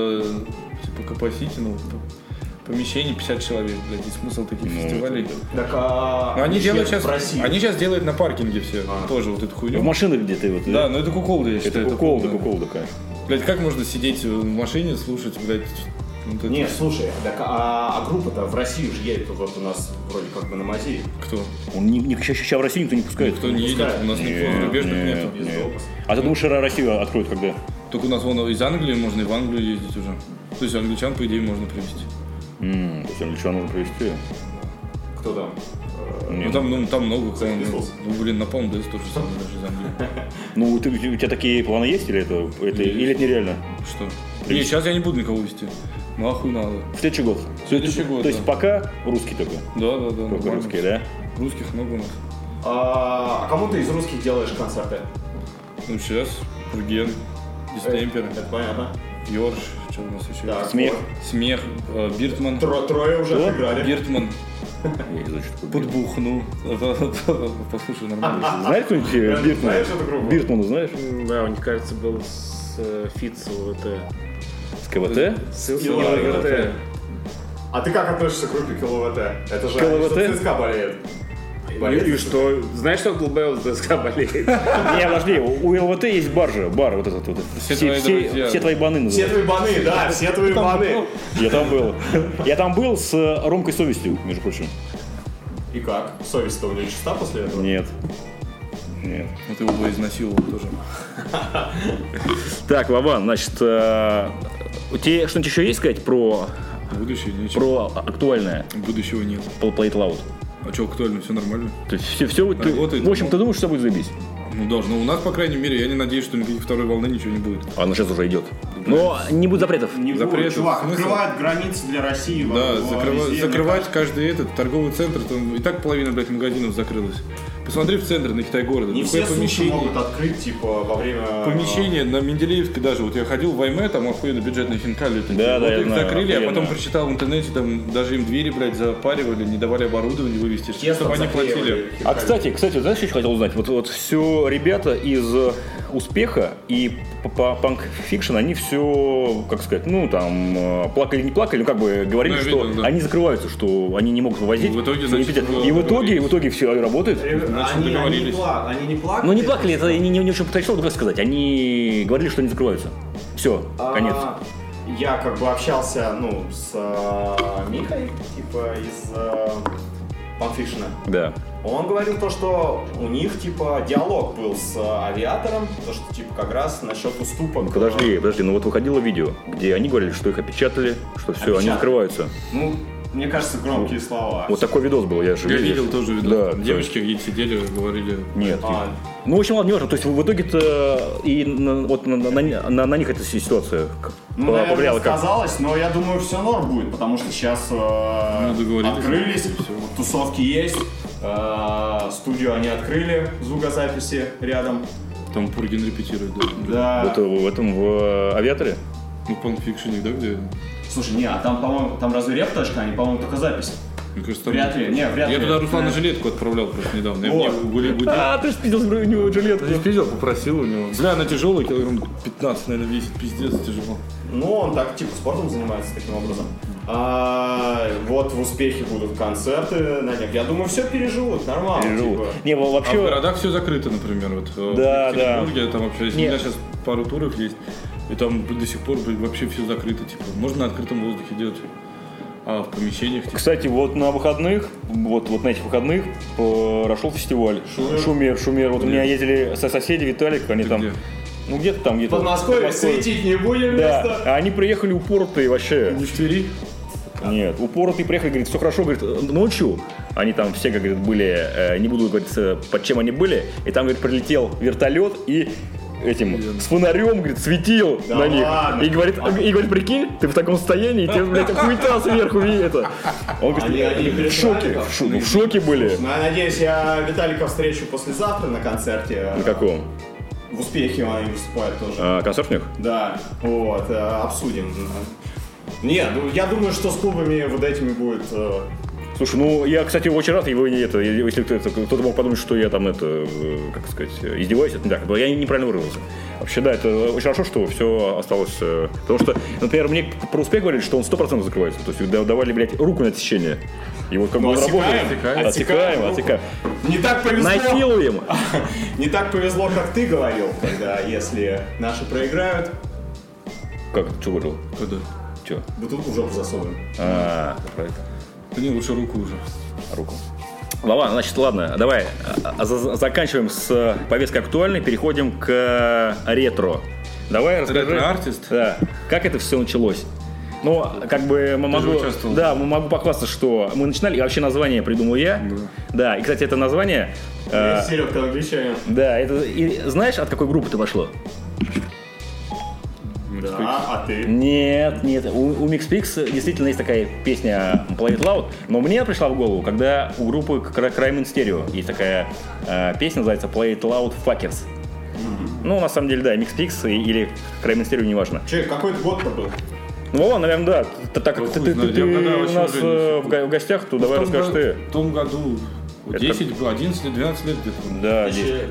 типа, capacity, ну, помещений 50 человек, блядь, и смысл таких фестивалей. Так, Они делают в России. сейчас, они сейчас делают на паркинге все, тоже вот эту хуйню. В машинах где-то вот. Да, но это куколда, я считаю. Это куколда, конечно. Блядь, как можно сидеть в машине, слушать, блядь, вот это- Не, слушай, так, а группа-то в Россию же едет, вот у нас вроде как бы на Мазее. Кто? Сейчас в Россию никто не пускает. Кто не едет, пускает. у нас никаких зарубежных нету. Без допуска. А ты думаешь, Россию откроют когда? Только у нас вон из Англии можно и в Англию ездить уже. То есть англичан, по идее, можно привезти. То есть англичан нужно привезти? Кто там? Ну там много кого. Beatles. Ну блин, на Palm Days тоже самое даже из Англии. Ну, у тебя такие планы есть или или это нереально? Что? Не, сейчас я не буду никого вести. Нахуй надо. Следующий год. Следующий год, То есть да. пока русский только? Да. Только нормально. русские, да? Русских много у нас. А кому ты из русских делаешь концерты? Ну сейчас, Фурген, Дистемпер, Это понятно. Йорш, что у нас еще Так, есть? Смех. Смех, Биртман, Трое уже Что? отыграли. Биртман, Я не знаю, что такое. Подбухну. Послушай, нормально. Знаешь кто-нибудь Биртмана? Знаешь эту группу? Биртмана знаешь? Да, у них, кажется, был с фит с УВТ. С КВТ? С УВТ. А ты как относишься к группе КЛВТ? Это же КЛВТ? что ЦСКА болеет. И что? Знаешь, что Глубейл ЦСКА болеет? Не, подожди, у ЛВТ есть бар вот этот вот. Все твои друзья. Все твои баны Все называются. твои баны, да, все твои баны. Я там был. Я там был с Ромкой Совестью, между прочим. И как? Совесть-то у него чиста после этого? Нет. Нет. Вот его бы изнасиловал тоже. Так, Вован, значит, у тебя что-нибудь еще есть сказать про Будущее ничего. актуальное? Будущего нет. Play It Loud. А что, актуально, все нормально? То есть все Работает. в общем, ты думаешь, что будет заебись? Ну должно. У нас, по крайней мере, я не надеюсь, что никаких второй волны ничего не будет. Она сейчас уже идет. Но не будет запретов. Не будет, Запретов. чувак, Смысл? открывают границы для России. Да, везде, закрывать мне каждый этот торговый центр, там и так половина, блядь, магазинов закрылась. Посмотри в центре на Китай-города. Не все суши могут открыть, типа, во время... Помещение на Менделеевской даже. Вот я ходил в Вайме, там охуенно бюджетные хинкали. Да, вот я их знаю, закрыли, охуенно. а потом прочитал в интернете, там даже им двери, блядь, запаривали, не давали оборудование вывести, чтобы они платили. А кстати, знаешь, что я хотел узнать? Вот все ребята из Успеха и Punk Fiction, они все, как сказать, ну там плакали, не плакали, ну как бы говорили, Ну, я что видел, да. они закрываются, что они не могут вывозить. В итоге, что не значит, пятят. И в итоге все работает. Они договорились. Они не плакали. Ну не плакали, это не очень подошло, как сказать. Они говорили, что они закрываются. Все, конец. Я как бы общался, ну, с Михой, типа, из Панфикшена. Да. Он говорил то, что у них, типа, диалог был с авиатором, то, что, типа, как раз насчет уступок. Подожди, ну вот выходило видео, где они говорили, что их опечатали, что все, они закрываются. Ну, мне кажется, громкие слова. Вот такой видос был, я же Я видел. видел тоже видос. Да, Девочки какие-то сидели, говорили. Нет. Ну, в общем, ладно, не важно. То есть в итоге-то и вот на них эта ситуация Ну, наверное, повлияла как? сказалось, но я думаю, все норм будет, потому что сейчас договорились. открылись, тусовки есть, студию они открыли, звукозаписи рядом. Там Пургин репетирует, да. Да. Вот в этом, в авиаторе? Ну, Панфикшене, да, где? Слушай, не, а там, по-моему, там разве реп-точка, а не, по-моему, только запись? Мне кажется, там... Вряд ли, не, вряд ли. Я туда Руслана жилетку отправлял просто недавно. Вот. Я мне гулял. А, ты же спиздил у него жилетку. Я спиздил, попросил у него. Бля, она тяжелая, килограмм 15, наверное, весит, пиздец, тяжело. Ну, он так, типа, спортом занимается таким образом. Вот в Успехе будут концерты на днях. Я думаю, все переживут, нормально. Переживут. Типа. Не, А в вообще... городах все закрыто, например, вот. Да, в да. Петербурге, там вообще, если у меня сейчас пару туров есть, и там до сих пор, блин, вообще все закрыто, типа, можно на открытом воздухе делать. А в помещениях, типа. Кстати, вот на выходных, вот на этих выходных прошел фестиваль. Шумер. Вот у меня ездили соседи, Виталик, они там... Где? Ну где-то там, где-то. В Подмосковье светить не будем Да, место. а они приехали упоротые вообще. Не в Твери? Нет, упоротые приехали, говорит, все хорошо, говорит, ночью. Они там все, как говорит, были, не буду говорить, под чем они были. И там, говорит, прилетел вертолет и этим, с фонарем, говорит, светил Да на них. ладно. И говорит, прикинь, ты в таком состоянии, тебе, блядь, хуета сверху это. Он говорит, Они в шоке, в шоке были. Ну, я надеюсь, я Виталика встречу послезавтра на концерте. На каком? В Успехе они выступают тоже. Концерт у них? Да, вот, обсудим. Не, ну я думаю, что с клубами вот этими будет... Слушай, ну я, кстати, очень рад, его не это, если кто-то мог подумать, что я там это, как сказать, издеваюсь, это не так, я неправильно выразился. Вообще, да, это очень хорошо, что все осталось, потому что, например, мне про Успех говорили, что он 100% закрывается, то есть давали, блядь, руку на отсечение, и вот как бы он работает, отсекаем. Не так повезло. Насилуем. Не так повезло, как ты говорил, когда если наши проиграют, Как, что говорил? Когда? Че? бутылку в жопу засовываем. Правильно. Да не, лучше руку уже. Руку. Вова, значит, ладно, давай заканчиваем с повесткой актуальной, переходим к ретро. Давай расскажи. Ретро-артист? Да. Как это все началось? Ну, как бы могу, участвовал. да, могу похвастаться, что мы начинали, и вообще название придумал я. Да, и, кстати, это название... Серега, англичанин. Да, это, и знаешь, от какой группы это пошло? Да, а ты? Нет, у Mixpix действительно есть такая песня Play It Loud, но мне пришла в голову, когда у группы Crime in Stereo есть такая песня, называется Play It Loud Fuckers. Ну, на самом деле, да, Mixpix или Crime in Stereo, неважно. Че, какой-то год-то был? Ну, Вова, наверное, да. Так как ты у нас в гостях, то давай расскажешь ты. В том году 10, 11 лет, 12 лет где-то. Да,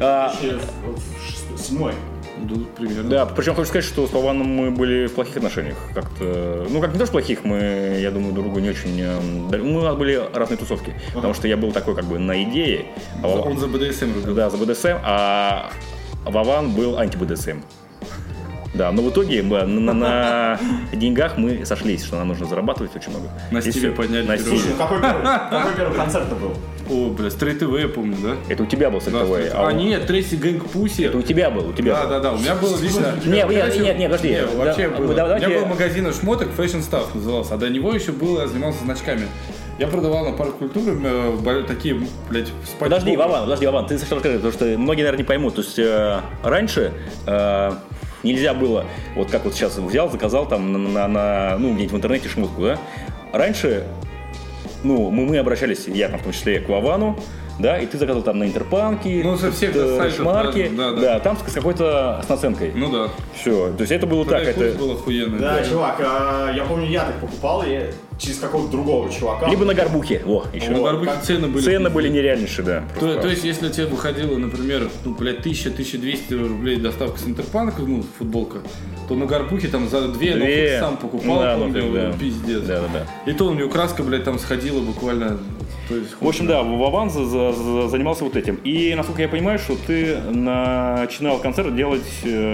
2007. Примерно. Да, причем хочу сказать, что с Вованом мы были в плохих отношениях. Как-то, ну, как не то, что плохих, мы, я думаю, друг другу не очень... У нас были разные тусовки, потому что я был такой, как бы, на идее. Он за БДСМ рубил. Да, за БДСМ, а Вован был анти-БДСМ. Да, но в итоге на деньгах мы сошлись, что нам нужно зарабатывать очень много. На стиле подняли. На стиле. Слушай, какой первый концерт-то был? О, бля, Straight ТВ я помню, да? Это у тебя был сольтовой. Нет, Трейси Гэнг Пуси. Это у тебя был, у тебя был. Да, у меня было лично... Нет, подожди. Вообще было. У Давайте... меня был магазин шмоток Fashion Stuff назывался, а до него еще был, я занимался значками. Я продавал на парк культуры такие, блядь, Подожди, Вован, ты сначала расскажи, потому что многие, наверное, не поймут. То есть раньше нельзя было, вот как вот сейчас взял, заказал там ну, где-нибудь в интернете шмотку, да? Раньше, ну, мы обращались, я там в том числе к Вовану, да, и ты заказывал там на Интерпанке, Ну, со всех сайтов, Шмарке, да. там с какой-то с наценкой. Ну да. Все, то есть это было так, Вкус это... был охуенный. Да, чувак, я помню, я так покупал, я через какого-то другого чувака. Либо на Горбухе, еще. На Барбухе цены были. Цены были нереальнейшие, да. То есть, если тебе выходило, например, 1000-1200 рублей доставка с Интерпанка, футболка, то на Горбухе там за 2 ты сам покупал, помню, пиздец. Да. И то у него краска, блядь, там сходила буквально. То есть, В общем, да, Вован занимался вот этим. И, насколько я понимаю, что ты начинал концерт делать,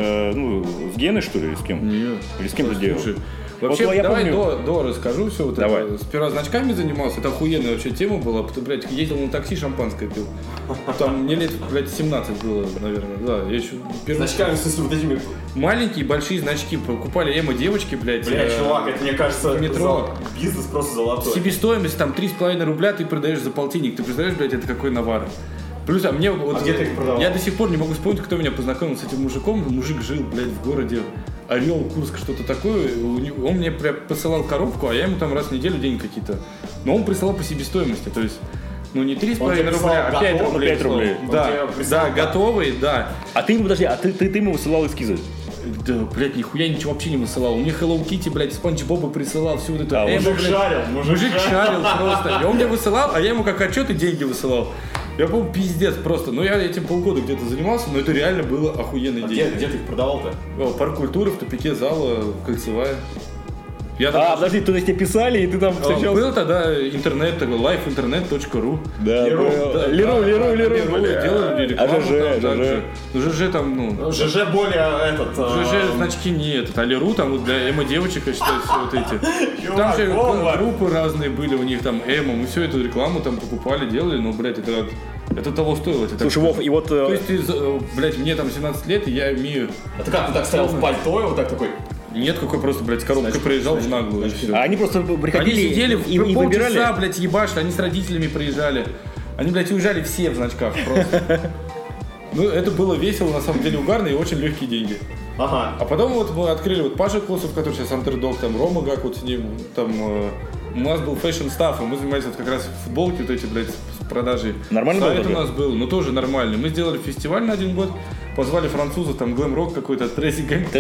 с Геной, что ли, с кем? Нет. Или с кем ты делал? Слушай, вообще, вот, я давай помню... до расскажу все. Давай. Это. Сперва значками занимался, это охуенная вообще тема была. Потом, блядь, ездил на такси, шампанское пил. Там мне лет, блядь, 17 было, наверное. Да, я еще... Значками, в смысле, вот этими... Маленькие, большие значки покупали эмо-девочки, блядь. чувак, это, мне кажется, метро. Бизнес просто золотой. Себестоимость там 3,5 рубля ты продаешь за полтинник. Ты представляешь, блядь, это какой навар? Плюс, мне вот... где ты их продавал? Я до сих пор не могу вспомнить, кто меня познакомил с этим мужиком. Мужик жил, блядь, в городе Орел, Курск, что-то такое. Он мне прям посылал коробку, а я ему там раз в неделю деньги какие-то. Но он присылал по себестоимости, то есть... не 3,5 рубля, а 5 рублей. 5 рублей. Да, готовый, да. А ты ему, подожди, ты ему высылал эскизы? Да, блядь, нихуя ничего вообще не высылал. Мне Hello Kitty, блядь, Спанч Боба присылал, всю вот эту... Мужик шарил просто. И он мне высылал, а я ему как отчет и деньги высылал. Я помню, пиздец просто. Я этим полгода где-то занимался, но это реально было охуенные деньги. Где ты их продавал-то? Парк культуры, в тупике зала, Кольцевая. Подожди, то есть тебе писали, и ты там встречался? Был тогда интернет, liveinternet.ru. Да, Леру. Делали рекламу. ЖЖ. ЖЖ там, ЖЖ более ЖЖ значки нет, а Леру там вот для эмо-девочек, я считаю, все вот эти. Там же группы разные были, у них там эмо, мы всю эту рекламу там покупали, делали, но, блядь, это того стоило. Слушай, Вов, и вот... То есть, блядь, мне там 17 лет, и я имею... А ты как, ты так стоял в пальто и вот так такой... Нет, какой просто, блядь, с коробкой проезжал в наглую. А они просто приходили они сидели и выбирали? Полчаса, блядь, ебашили, они с родителями приезжали. Они, блядь, уезжали все в значках просто. Это было весело, на самом деле угарно и очень легкие деньги. Ага. А потом вот мы открыли Паша Косов, который сейчас андердог, там Рома Гак вот с ним, там у нас был Fashion Stuff, и мы занимались вот как раз футболки вот эти, блядь, с продажей. Нормально было? Сайт у нас был, тоже нормальный. Мы сделали фестиваль на 1 год, позвали французов, там глэм-рок какой-то, Трейси Гэнг.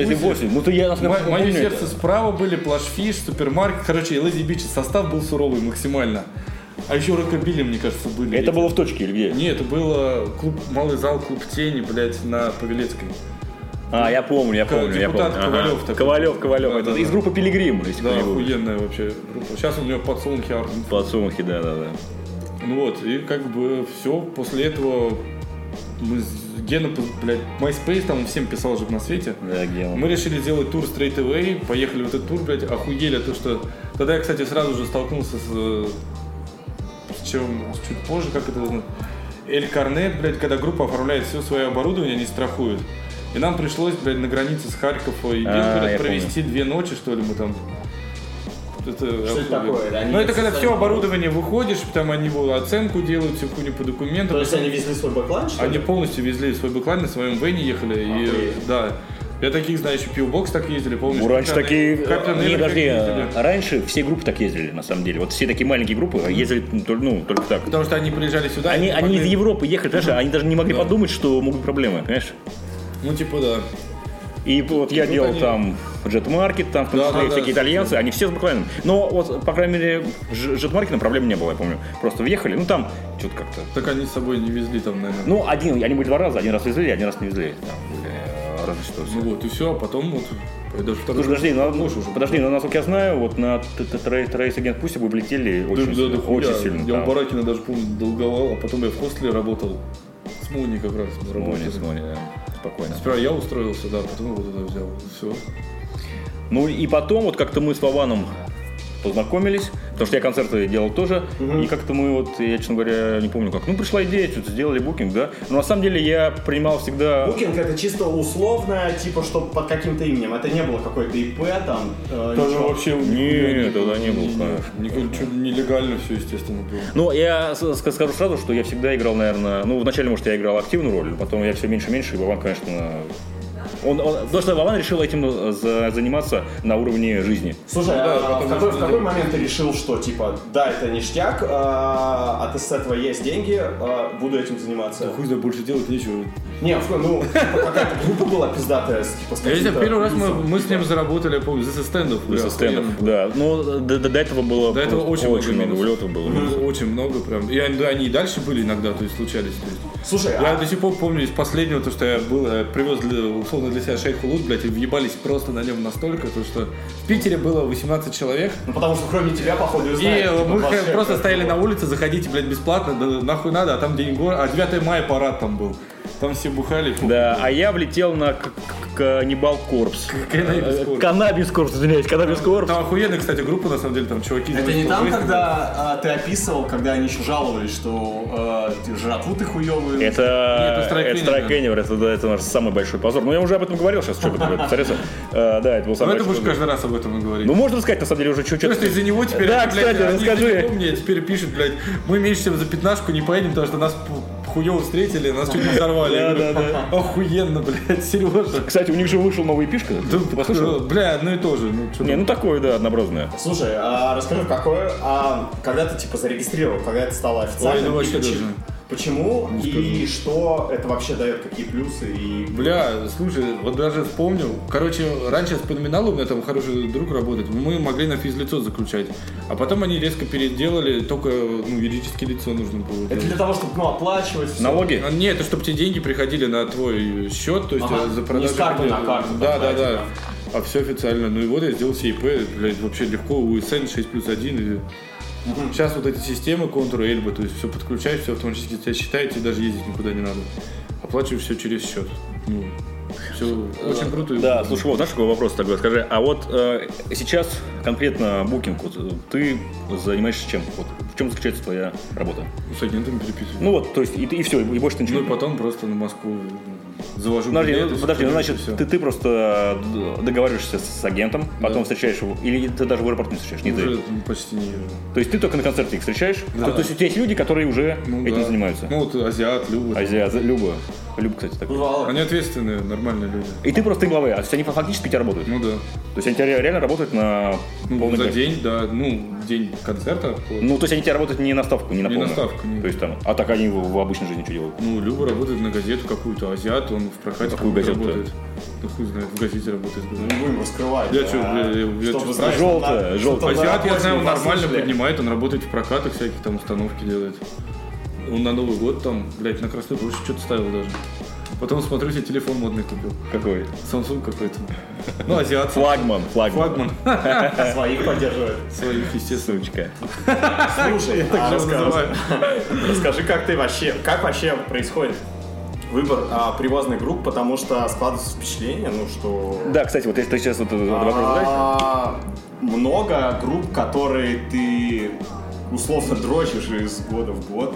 Мое сердце справа были, Плашфиш, Супермаркет, короче, Лэзи Бич, состав был суровый максимально. А еще рокобили, мне кажется, были. Это было в точке или где? Нет, это было малый зал, клуб Тени, блядь, на Павелецкой. Я помню. Депутат Ковалев такой. Ковалев. Это из группы Пилигрим. Да, охуенная вообще группа. Сейчас у него подсолнухи арт. Подсолнухи, да. И как бы все. После этого мы Гена, блядь, MySpace там всем писал же на свете. Да, Гена. Мы решили сделать тур Straight Away. Поехали в этот тур, блядь, охуели. То, что... Тогда я, кстати, сразу же столкнулся с чем чуть позже, как это называется. Эль Корнет, блядь, когда группа оформляет все свое оборудование, они страхуют. И нам пришлось, блядь, на границе с Харьковом и Белгород провести 2 ночи, что ли, мы там. Что это такое? Это когда все оборудование выходишь, там они оценку делают, всю хуйню по документам. То есть они везли свой бэклайн, что ли? Они полностью везли свой бэклайн, на своем вене ехали. И, да. Я таких знаю, еще Пивбокс так ездили, помнишь? Раньше такие... Подожди, раньше все группы так ездили, на самом деле. Вот все такие маленькие группы ездили только так. Потому что они приезжали сюда. Они из Европы ехали, понимаешь? Они даже не могли подумать, что могут быть проблемы, понимаешь? Да. И вот я делал там Jet Market, там в том числе всякие итальянцы, они все с бэклайном. Но вот, по крайней мере, Jet Market проблем не было, я помню. Просто въехали, там что-то как-то... Так они с собой не везли там, наверное. Они были 2 раза, один раз везли, один раз не везли. Разве что. И все, а потом вот... Подожди, насколько я знаю, вот на Трейс Агент Пусть вы влетели очень сильно. Я у Баракина даже, помню, долговал, а потом я в хостеле работал. С Мони как раз мы работали. С Мони, да. Спокойно. Сперва я устроился, да, потом его туда взял. Все. И потом вот как-то мы с Вованом познакомились, потому что я концерты делал тоже, и как-то мы я, честно говоря, не помню как. Пришла идея, что-то сделали букинг, да. Но на самом деле я принимал всегда... Букинг это чисто условно, типа, что под каким-то именем. Это не было какой-то ИП там. Тоже вообще... Нет, тогда не было, конечно. Нелегально все, естественно, было. Я скажу сразу, что я всегда играл, наверное... вначале, может, я играл активную роль, потом я все меньше и меньше, и Вован, конечно, Потому что Вован решил этим заниматься на уровне жизни. Слушай, в какой момент ты решил, что типа, да, это ништяк, а с этого есть деньги, буду этим заниматься? Хуй знает, больше делать нечего. Не, ну, какая-то группа была пиздатая, типа, с каким-то... Первый раз мы с ним заработали, я помню, за стендов. За стендов, да. Ну, до этого было... До этого очень много улетов было. Очень много прям. И они и дальше были иногда, то есть случались. Слушай, я до сих пор помню из последнего, то, что я привез условно для себя шейх Хулут, блядь, и въебались просто на нем настолько, то, что в Питере было 18 человек. Ну, потому что кроме тебя, походу, знают. И мы просто стояли на улице, заходите, блядь, бесплатно, да нахуй надо, а там день города, а 9 мая парад там был. Там все бухали. Да, а я влетел на Каннибал Корпс. Каннабис Корпс, извиняюсь, Каннабис Корпс. Там охуенная, кстати, группа, на самом деле, там чуваки. Это не там, когда ты описывал, когда они еще жаловались, что жратву ты хуёвую? Это Страйкеннер, это наш самый большой позор. Ну, я уже об этом говорил сейчас, что об этом повторяться. Да, это был самый большой позор. Ну, это будешь каждый раз об этом и говорить. Ну, можно сказать, на самом деле, уже что-то... Просто из-за него теперь... Да, кстати, расскажи. Мне теперь пишут, блядь, мы меньше, чем за 15 не поедем, потому что нас хуёво встретили, нас чуть не взорвали. Да. Охуенно, блядь, Сережа. Кстати, у них же вышел новый пишка. Ты послушал? Бля, одно и то же. Ну такое, да, однообразное. Слушай, расскажи, когда ты типа зарегистрировал, когда это стало официальным? Ой, вообще даже. Почему и что это вообще дает, какие плюсы? Бля, слушай, вот даже вспомнил. Короче, раньше с Подминалом, у меня там хороший друг работает, мы могли на физлицо заключать. А потом они резко переделали, только юридическое лицо нужно было. Это для того, чтобы оплачивать все. Налоги? Нет, это чтобы тебе деньги приходили на твой счет, то есть за продажу. Не с карты на карту. Да. А все официально. Ну и вот я сделал СИП, блядь, вообще легко, УСН 6+1 и... Сейчас вот эти системы контура, Эльба, то есть все подключаешь, все автоматически тебя считает, и даже ездить никуда не надо. Оплачиваешь все через счет. Ну, все очень круто. Да, слушай, вот, знаешь, какой вопрос такой? Скажи, а вот сейчас конкретно Booking, вот, ты занимаешься чем? Вот, в чем заключается твоя работа? С агентами переписываюсь. Ну вот, то есть, и все, и больше ты ничего. Ну и потом просто на Москву завожу. Подожди, значит, ты просто договариваешься с агентом, потом встречаешь его, или ты даже в аэропорту не встречаешь? Не уже ты. Почти не. То есть ты только на концерте их встречаешь? Да. То есть у тебя есть люди, которые уже этим занимаются? Ну вот Азиат, Люба. Люба, кстати, такой. Они ответственные, нормальные люди. И ты просто главы, а они фактически у тебя работают? Ну да. То есть они тебя реально работают на полный за график? день, да, день концерта. Ну, то есть они тебя работают не на ставку, не на полную? Не на ставку, нет. То есть там, а так они в обычной жизни что делают? Ну, Люба работает на газету какую-то, Азиат, он в прокате какую газету работает. Ну, хуй знает, в газете работает. Не будем раскрывать. Я что, желтая. Азиат, я знаю, он нормально поднимает, он работает в прокатах, всякие там установки делает. Он на Новый год там, блядь, на Красной площади что-то ставил даже. Потом смотрю, себе телефон модный купил. Какой? Samsung какой-то. Ну, азиат. Флагман. Своих поддерживает. Своих, естественно. Сучка. Слушай, расскажи, как вообще происходит выбор привозных групп, потому что складывается впечатление, что... Да, кстати, вот если ты сейчас вот вопрос задаешь. Много групп, которые ты условно дрочишь из года в год,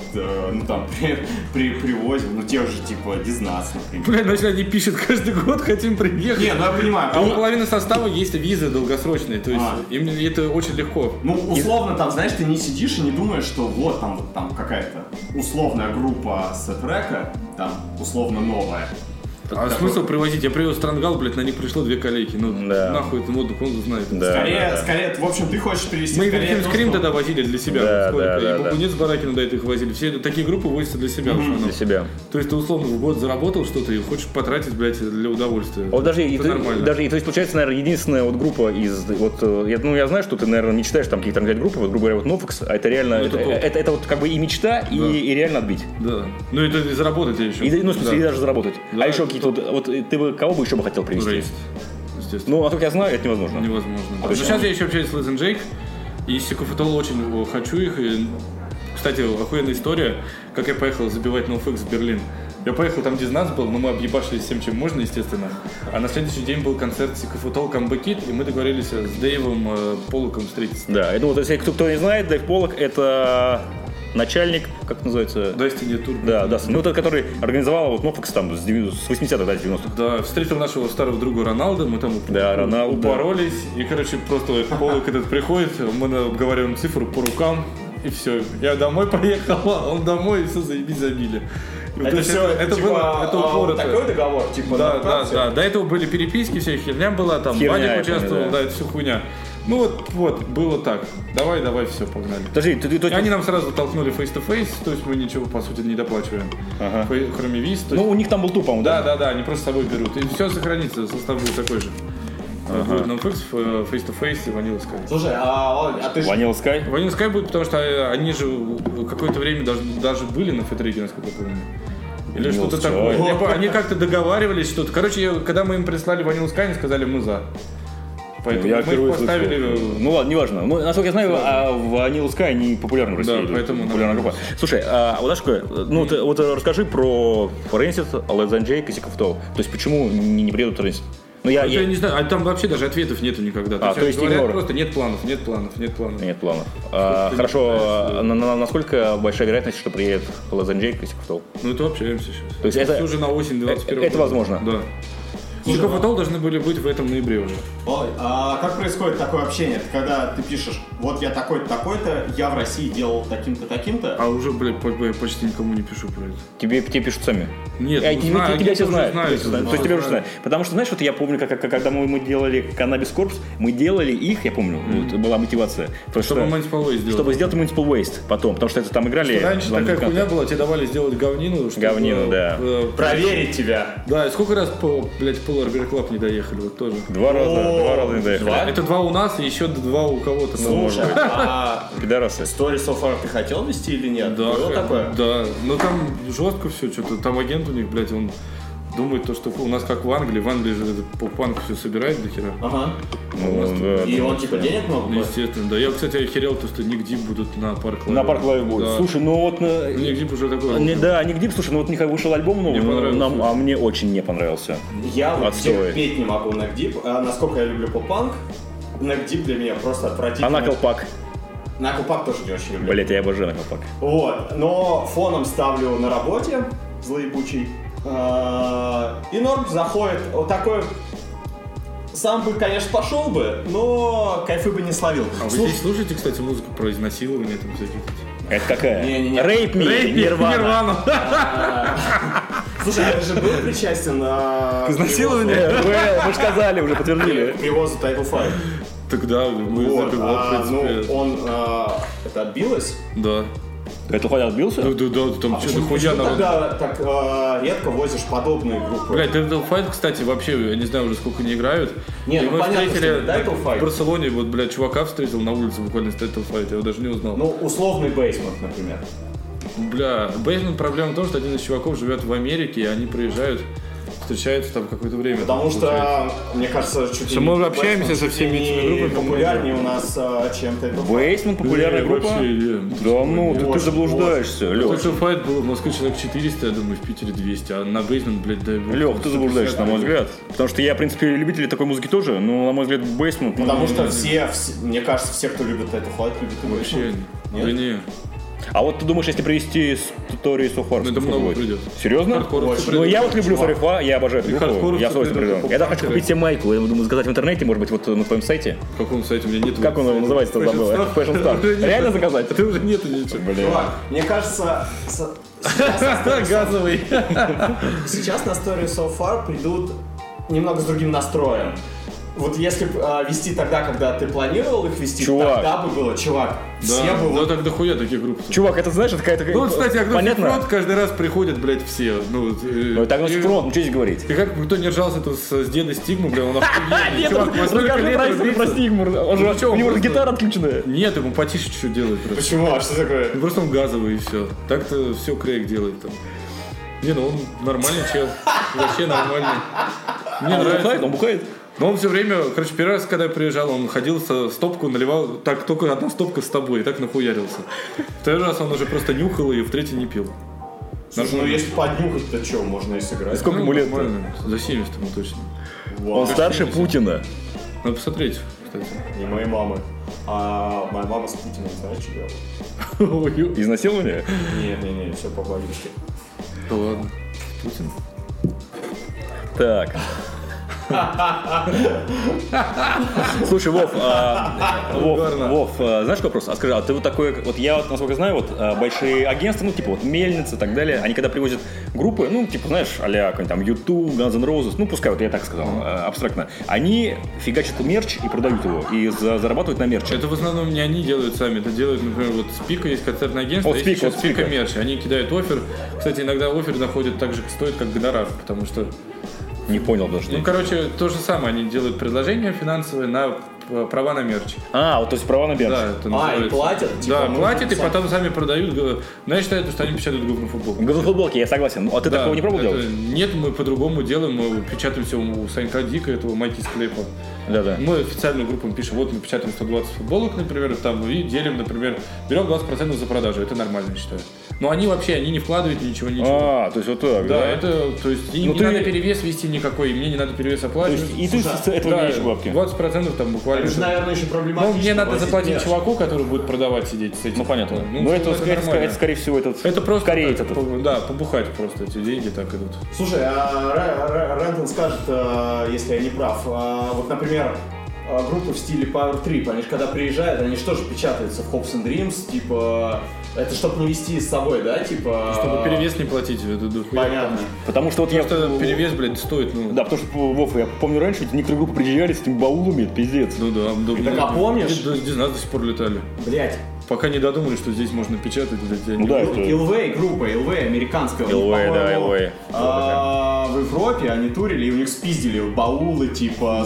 при привозе, тех же, типа, Дизнас, например. Бля, значит, они пишут каждый год, хотим приехать. Не, я понимаю. А у половины состава есть визы долгосрочные, то есть им это очень легко. Ну, условно, там, знаешь, ты не сидишь и не думаешь, что вот там какая-то условная группа с трека, там, условно новая. А смысл привозить? Я привез Трангал, блядь, на них пришло 2 коллеги. Нахуй это модно, он знает. Скорее, в общем, ты хочешь привезти... Мы Вильхельм Скрим тогда возили для себя. Да. И Бабунец Баракина до этого их возили. Все такие группы возятся для себя. Для себя. То есть ты условно в год заработал что-то и хочешь потратить, блядь, для удовольствия. Вот даже, то есть, получается, наверное, единственная вот группа из... я знаю, что ты, наверное, мечтаешь там какие-то группы, вот, грубо говоря, вот Нофекс, а это реально... Это вот как бы и мечта, и реально отбить. Да. Ну это и заработать еще. И даже заработать. А еще какие-то вот ты бы кого бы еще бы хотел привезти? Рейст, естественно. Ну, а только я знаю, это невозможно. Но сейчас я еще общаюсь с Лэйз Джейк, и Сикофотол очень хочу их. И, кстати, охуенная история, как я поехал забивать NoFX в Берлин. Я поехал, там Дизнас был, но мы объебашились всем, чем можно, естественно. А на следующий день был концерт Сикофотол Камбэкит, и мы договорились с Дэйвом Поллоком встретиться. Да, я думаю, если кто не знает, Дэйв Поллок — это... начальник, как это называется? Destiny Tour. Да, ну тот, который организовал вот Нофекс там с 80-х, да, 90-х. Да, встретил нашего старого друга Роналда, мы там упоролись, и, короче, просто Полок этот приходит, мы обговариваем цифру по рукам, и все. Я домой поехал, он домой, и все, заебись, забили. Это все, это типа, было, это упор, такой договор, типа, да. До этого были переписки, вся херня была, там, Вадик участвовал, да, это все хуйня. Ну вот, было так. Давай, все, погнали. Подожди, и они нам сразу толкнули face-to-face, то есть мы ничего, по сути, не доплачиваем. Кроме виз. Ну, у них там был туп, по-моему, да? Да, они просто с собой берут. И все сохранится, состав будет такой же. Будет NoFX, face-to-face и Vanilla Sky. Слушай, а ты же... Vanilla Sky? Vanilla Sky будет, потому что они же какое-то время даже были на Фетрейке, насколько я помню. Или что-то такое. Они как-то договаривались, что-то. Короче, когда мы им прислали Vanilla Sky, они сказали, мы за. Поэтому я мы их поставили... Ну ладно, неважно. Ну, насколько я знаю, Vanilla Sky не популярна в России. Да, поэтому... Популярная группа. Слушай, вот знаешь такое, ну, ты, вот расскажи про Rancid, Less Than Jake и Sick of It All. То есть, почему не приедут Rancid? Ну, я не знаю, а там вообще даже ответов нету никогда. То есть говорят просто нет планов. Хорошо, насколько большая вероятность, что приедет Less Than Jake и Sick of It All? Ну, это общаемся сейчас. То есть это уже на осень 21 Это возможно? Да. Sick of It All должны были быть в этом ноябре уже. Ой, а как происходит такое общение? Это когда ты пишешь, вот я такой-то, такой-то, я в России делал таким-то, таким-то. А уже, блядь, я почти никому не пишу про это. Тебе пишут сами? Нет, тебя все знают. То есть тебя уже знают. знают. Потому что, знаешь, вот я помню, когда мы делали Cannabis Corpse, мы делали их, я помню, вот, была мотивация. Чтобы Municipal Waste сделать. Чтобы сделать Municipal Waste потом, потому что это там играли... Раньше такая хуйня была, тебе давали сделать говнину. Говнину, да. Проверить тебя. Да, и сколько раз блядь, Polar Bear Club не доехали, вот тоже. Два раза не доехали. Это 2 у нас и еще 2 у кого-то. Слушай, а пидорасы. Stories of Art ты хотел вести или нет? Да, было такое? Да, но там жестко все, что-то. Там агент у них, блядь, он думает то, что у нас как в Англии же поп-панк все собирает до хера. Ага. Да. И он типа денег много платит? Естественно, да. Я, кстати, охерел то, что Ник Дип будут на Парк Лайв. На Парк Лайв будет. Да. Слушай, ну вот... Ник Дип уже такой... Ник Дип, слушай, ну вот у них вышел альбом новый, а мне очень не понравился. Я вот терпеть не могу Neck Deep. Насколько я люблю поп-панк, Neck Deep для меня просто отвратительно. А Knucklepack? Knucklepack тоже не очень люблю. Блять, я обожаю Knucklepack. Вот, но фоном ставлю на работе, злоебучий. И норм заходит вот такой. Сам бы, конечно, пошел бы, но кайфы бы не словил. А вы здесь слушаете, кстати, музыку про изнасилование там всяких? Это какая? Не-не-не. Рейп Ми, Нирвана. Слушай, я же был причастен к изнасилованию. Мы же сказали, уже подтвердили. Привозу Title Five. Тогда мы Вот, забивал, в принципе. ну, он, это отбилось? Да. Это хоть отбился? Да, там что-то хуя народ. Тогда так редко возишь подобные группы? Блядь, Title Fight, кстати, вообще, я не знаю уже сколько не играют. Не, ну мы понятно, встретили что Title Fight. в Барселоне, вот, блядь, чувака встретил на улице буквально с Title Fight, я его даже не узнал. Ну, условный Basement, например. Бля, Basement проблема в том, что один из чуваков живет в Америке, и они приезжают, встречаются там какое-то время. Потому что, мне кажется, чуть ли мы общаемся со всеми этими группами. Популярнее у нас, чем Title Fight. Basement популярная группа? Да ну, ты заблуждаешься, Лёх. Title Fight было в Москве человек 400, я думаю, в Питере 200, а на Basement, блядь, дай бог. Лёх, ты заблуждаешься, на мой взгляд. Потому что я, в принципе, любитель такой музыки тоже, но, на мой взгляд, Basement... Потому что все, мне кажется, все, кто любит Title Fight, любят и Вообще, Basement. да не. А вот ты думаешь, если привести Stories of Art, это много придет. Серьезно? Хардкор. Ну я вот люблю Фарифа, я обожаю эту группу, хардкор я с удовольствием приду. Я даже хочу купить себе майку, я думаю, заказать в интернете, может быть, вот на твоем сайте. В каком сайте? У меня нет. Как он называется, забыл? Fashion Star. Реально заказать? Это уже нету ничего. Чувак, мне кажется, Газовый. сейчас на Stories of Far придут немного с другим настроем. Вот если вести тогда, когда ты планировал их вести, чувак. тогда бы было, чувак, все Да, бы... ну так дохуя таких групп. Чувак, это знаешь, это какая-то... Ну, кстати, понятно? Агносик каждый раз приходят, блядь, все. Ну, это Агносик Фронт, ну что здесь говорить? И как кто не ржался тут с деда Стигму, бля, он охуенный. Нет, Чувак, расскажи про Стигму, у него гитара отключенная. Нет, ему потише чуть-чуть делает просто. Почему? А что такое? Ну, просто он газовый и все. Так-то все Крейг делает там. Не, ну он нормальный чел. Вообще нормальный. Мне нравится. Он бухает? Но он все время, короче, первый раз, когда я приезжал, он ходил со стопку, наливал, так, только одна стопка с тобой, и так нахуярился. Второй раз он уже просто нюхал ее, в третий не пил. Слушай, ну если поднюхать, то что, можно и сыграть. Сколько ему лет? За 70 ему точно. Он старше Путина. Надо посмотреть, кстати. Не моей мамы. А моя мама с Путиным, знаешь, что делала? Изнасилование? Не, все по-бабушке. Да ладно. Путин? Так. Слушай, Вов, знаешь какой вопрос? А скажи, а ты вот такой, вот я вот, насколько знаю, вот большие агентства, ну, типа вот Мельница и так далее, они когда привозят группы, ну, типа, знаешь, а-ля какой-нибудь там YouTube, Guns N' Roses, ну, пускай, вот я так сказал, абстрактно, они фигачат мерч и продают его, и зарабатывают на мерче. Это в основном не они делают сами, это делают, например, вот Спика, есть концертное агентство, Вот есть еще Спика. Спика мерч, они кидают оффер, кстати, иногда оффер находит так же, стоит, как гонорар, потому что... Не понял даже. Ну, короче, то же самое, они делают предложение финансовое на права на мерч. А, вот то есть права на мерч. Да, это называется. И платят? Да, платят, и потом сами продают. Но я считаю, что они печатают говнофутболку. Говнофутболки, я согласен. А ты такого не пробовал делать? Нет, мы по-другому делаем, мы печатаем все у Санька Дика, этого Майки Склепа. Да. Мы официальную группу пишем, вот мы печатаем 120 футболок, например, там, и делим, например, берем 20% за продажу, это нормально, я считаю. Но они вообще, они не вкладывают ничего. А, то есть вот так, да? Это, то есть, им не надо перевес вести никакой, и мне не надо перевес оплачивать. То есть, и ты с этого имеешь бабки? 20% там буквально. Это же, наверное, еще проблематично. Ну, мне надо заплатить чуваку, который будет продавать, сидеть с этим. Ну, понятно. Ну, но это скорее всего, это просто кореец так, этот. Да, побухать просто, эти деньги так идут. Слушай, а Рэндон скажет, если я не прав, вот, например, группы в стиле Power Trip, они же когда приезжают, они же тоже печатаются в Hopes and Dreams, типа, это чтобы не вести с собой, да, типа... Чтобы перевес не платить. Понятно. Потому что вот просто перевес, блядь, стоит, ну... Да, потому что, Вов, я помню раньше, некоторые группы приезжали с этими баулами, это пиздец. Ну да. Так, а помнишь? Здесь нас до сих пор летали. Блядь. Пока не додумали, что здесь можно печатать, блядь. Ну да, Elway, группа Elway, американская. Elway, да, Elway. В Европе они турили, и у них спиздили баулы, типа,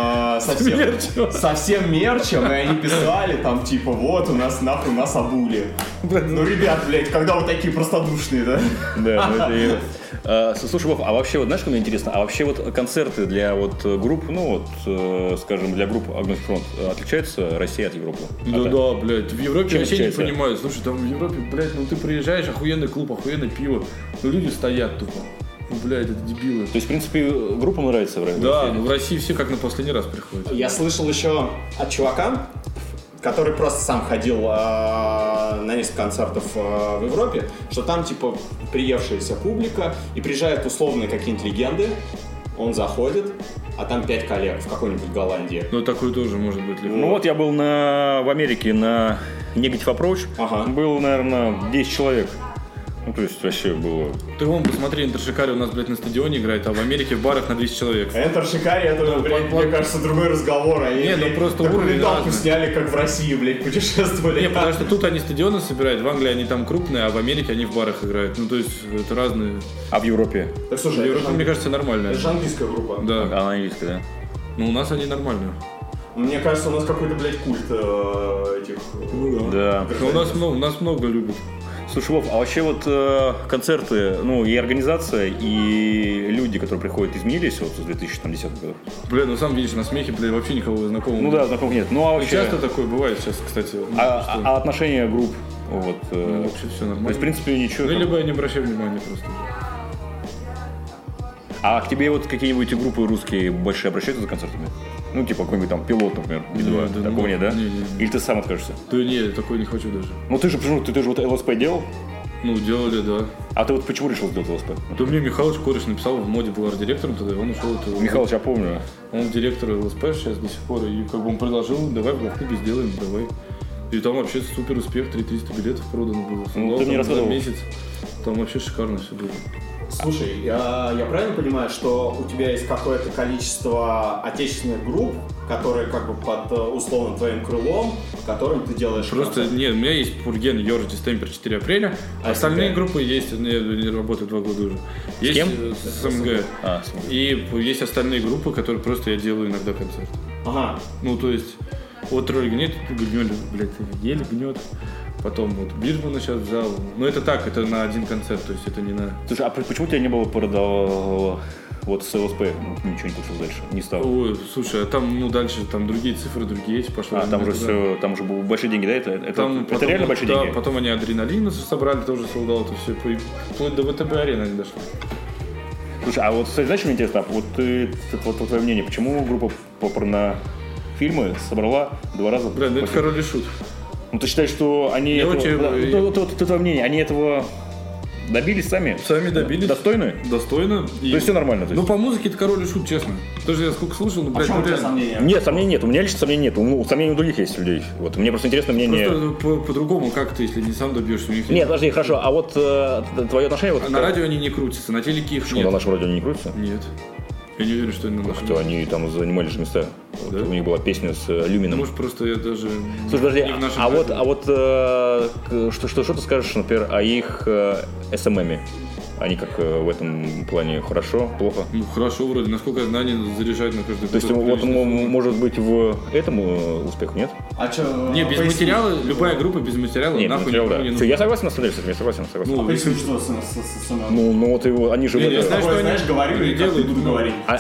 со всем мерчем, и они писали там, типа, вот, у нас нахуй нас обули. Ну, ребят, блядь, когда вы такие простодушные, да? Да, ну это... Слушай, Вов, а вообще, вот знаешь, что мне интересно? А вообще вот концерты для вот групп, ну вот, скажем, для групп Agnostic Front отличаются Россия от Европы? Да, блядь, в Европе Чем вообще не отличается? понимаю. Слушай, там в Европе, блядь, ну ты приезжаешь, охуенный клуб, охуенное пиво, но люди стоят тупо. Ну, блядь, это дебилы. То есть, в принципе, группам нравится в России? Да, ну в России все как на последний раз приходят. Я слышал еще от чувака, который просто сам ходил на несколько концертов в Европе, что там, типа, приевшаяся публика, и приезжают условные какие-нибудь легенды, он заходит, а там 5 коллег в какой-нибудь Голландии. Ну, такое тоже может быть легко. Ну вот я был в Америке на Negative Approach, было, наверное, 10 человек. Ну, то есть, вообще было... Ты вон, посмотри, Enter Shikari у нас, блядь, на стадионе играет, а в Америке в барах на 200 человек. Enter Shikari, это, блядь, мне кажется, другой разговор. Они, не, ну просто уровень разный. Сняли, как в России, блядь, путешествовали. Не, потому что тут они стадионы собирают, в Англии они там крупные, а в Америке они в барах играют. Ну, то есть, это разные... А в Европе? Так, слушай, в Европе, мне кажется, нормально. Это же английская группа. Да. Она английская, да? Ну, у нас они нормальные. Мне кажется, у нас какой-то, блядь, культ этих... Да. Но у нас много любят. Слушай, Вов, а вообще вот концерты, ну и организация, и люди, которые приходят, изменились вот с 2010 года? Бля, ну сам видишь, на смехе, бля, вообще никого знакомого. Ну да, знакомых нет. Ну а вообще... Часто такое бывает сейчас, кстати. А отношения групп? Вот, вообще все нормально. То есть, в принципе, ничего... Ну, либо я не обращаю внимания просто. А к тебе вот какие-нибудь группы русские большие обращаются за концертами? Ну, типа какой-нибудь там пилот, например, Би-2. Да, Такого нет, да? Не. Или ты сам откажешься? Да не, такое не хочу даже. Ну ты же вот ЛСП делал? Ну, делали, да. А ты вот почему решил сделать ЛСП? То мне Михалыч Кореш написал, в моде был арт-директором тогда, он ушел. Михалыч, я помню. Он директор ЛСП сейчас до сих пор, и как бы он предложил, давай в клубе сделаем, давай. И там вообще супер успех, 3300 билетов продано было. Ну, ты мне рассказывал. За месяц. Там вообще шикарно все было. Слушай, я правильно понимаю, что у тебя есть какое-то количество отечественных групп, которые как бы под условно твоим крылом, которым ты делаешь просто концерт? Нет, у меня есть Пурген, Йорж, Дистемпер, 4 апреля, а остальные группы есть, я работаю 2 года уже. Есть, с кем? С МГ. И есть остальные группы, которые просто я делаю иногда концерт. Ага. Ну, то есть, вот Тролль гнет, блядь, еле гнет. Потом вот Биржмана сейчас взял. Ну это так, это на один концерт, то есть это не на... Слушай, а почему у тебя не было продавал вот с ЛСП? Ну, ничего не пошел дальше, не стал. Ой, слушай, а там, ну дальше, там другие цифры, другие эти пошли. А, там уже все, там уже большие деньги, да? Это потом, реально большие деньги? Да, потом они адреналин собрали, тоже солдат, это все, вплоть до ВТБ арены они дошли. Слушай, а вот, кстати, знаешь, что мне интересно? Вот твое мнение, почему группа по порнофильмы собрала 2 раза? Бля, ну это Король и Шут. Ну, ты считаешь, что они... Ты твое мнение, они этого Добились сами? Сами добились. Достойны? Достойно. То есть все нормально? То есть? Ну, по музыке это Король и Шут, честно. Тоже я сколько слушал, ну, блядь, В чем у тебя реально. сомнения? Нет, сомнений нет. У меня лично сомнений нет. Сомнений у других есть людей. Вот. Мне просто интересно мнение... Просто по-другому, как ты, если не сам добьешься, у них Нет, подожди, хорошо. А вот твое отношение... Вот, На радио они не крутятся, на телеке их Почему нет. на нашем радио они не крутятся? Нет. Я не уверен, что они на нашем Что они там занимали же места. Да? Вот у них была песня с Люмином. Может, просто я даже... Слушай, подожди, не в нашем а радио. вот что ты скажешь, например, о их СММе? Они как в этом плане хорошо, плохо? Ну, хорошо вроде. Насколько я знаю, они заряжают на каждый То есть, вот, может быть, в этом успех, нет? А что? Не, без материала, любая группа без материала, Нет, нахуй материал, никому да. не Всё, нужна. я согласен, на самом деле, с этим, я согласен. Ну, Поясни, что с Ну вот его, они же... Не, в я это- знаю, что знаешь, говорю, они и как ты делают, буду ну, говорить. а-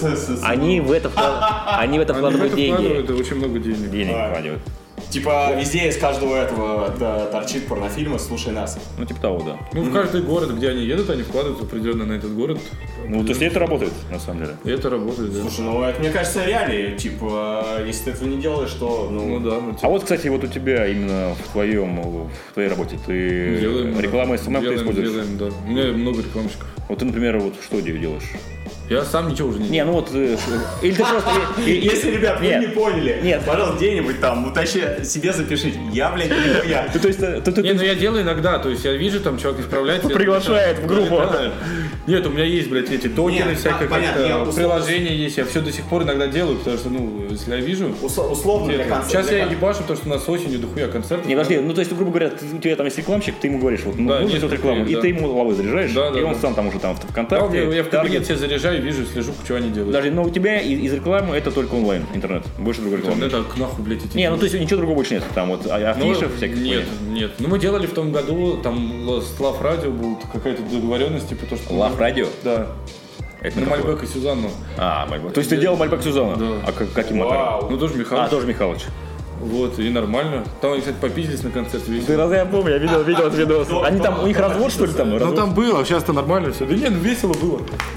Они в это Они в вкладывают это деньги. вкладывают очень много денег. Денег А. вкладывают. Типа везде из каждого этого торчит порнофильма «Слушай нас». Ну, типа того, да. Ну, в каждый город, где они едут, они вкладывают определенно на этот город. Ну, то есть это работает, на самом деле. И это работает, да. Слушай, ну это, мне кажется, реалии. Типа, если ты этого не делаешь, то, Ну да, ну, А вот, кстати, вот у тебя именно в твоей работе, ты делаем, рекламу СММ ты используешь? Делаем, да. У меня много рекламщиков. Вот ты, например, вот что делаешь? Я сам ничего уже не Не, ну вот, или ты просто... Если, ребят, вы Нет. не поняли, Нет. пожалуйста, где-нибудь там, вообще себе запишите. Я, блядь, нихуя. Ну, то есть, Не, ну я делаю иногда, то есть я вижу, там чувак исправляется. Приглашает в группу. Да. Нет, у меня есть, блядь, эти токены, Нет, всякое понятно, я как-то, условно- приложения есть, я все до сих пор иногда делаю, потому что, ну, если я вижу... Условно для конца. Сейчас я ебашу, потому что у нас осенью дохуя концертов. Не, подожди, ну то есть, грубо говоря, у тебя там есть рекламщик, ты ему говоришь, вот, Да, нужно есть сделать рекламу, такие, и да. ты ему лавы заряжаешь, Да, и да, он да. сам там уже там в Да, ВКонтакте, я в кабинет таргет. все заряжаю, вижу, слежу, что они делают. Даже, но у тебя из рекламы это только онлайн, интернет, больше другой рекламы. Ну, это нахуй, блядь, эти... Не, ну то есть ничего другого больше нет, там вот афишев всяких. Нет, нет. Ну мы делали в том году, там с Love Radio был какая-то договоренность, типа то, что... Love Radio? Да. Это На на какое? Мальбек и Сюзанну. А, Мальбек. То есть ты делал Мальбек Сюзанна? Да. А каким макаром? Ну тоже Михаил. А, тоже Михалыч. Вот, и нормально. Там они, кстати, попиздились на концерте весь. Ты разве я помню, я видел этот видос. Они там, у них развод, что ли, там? Ну Развод? там было, сейчас-то нормально все. Да нет, ну весело было.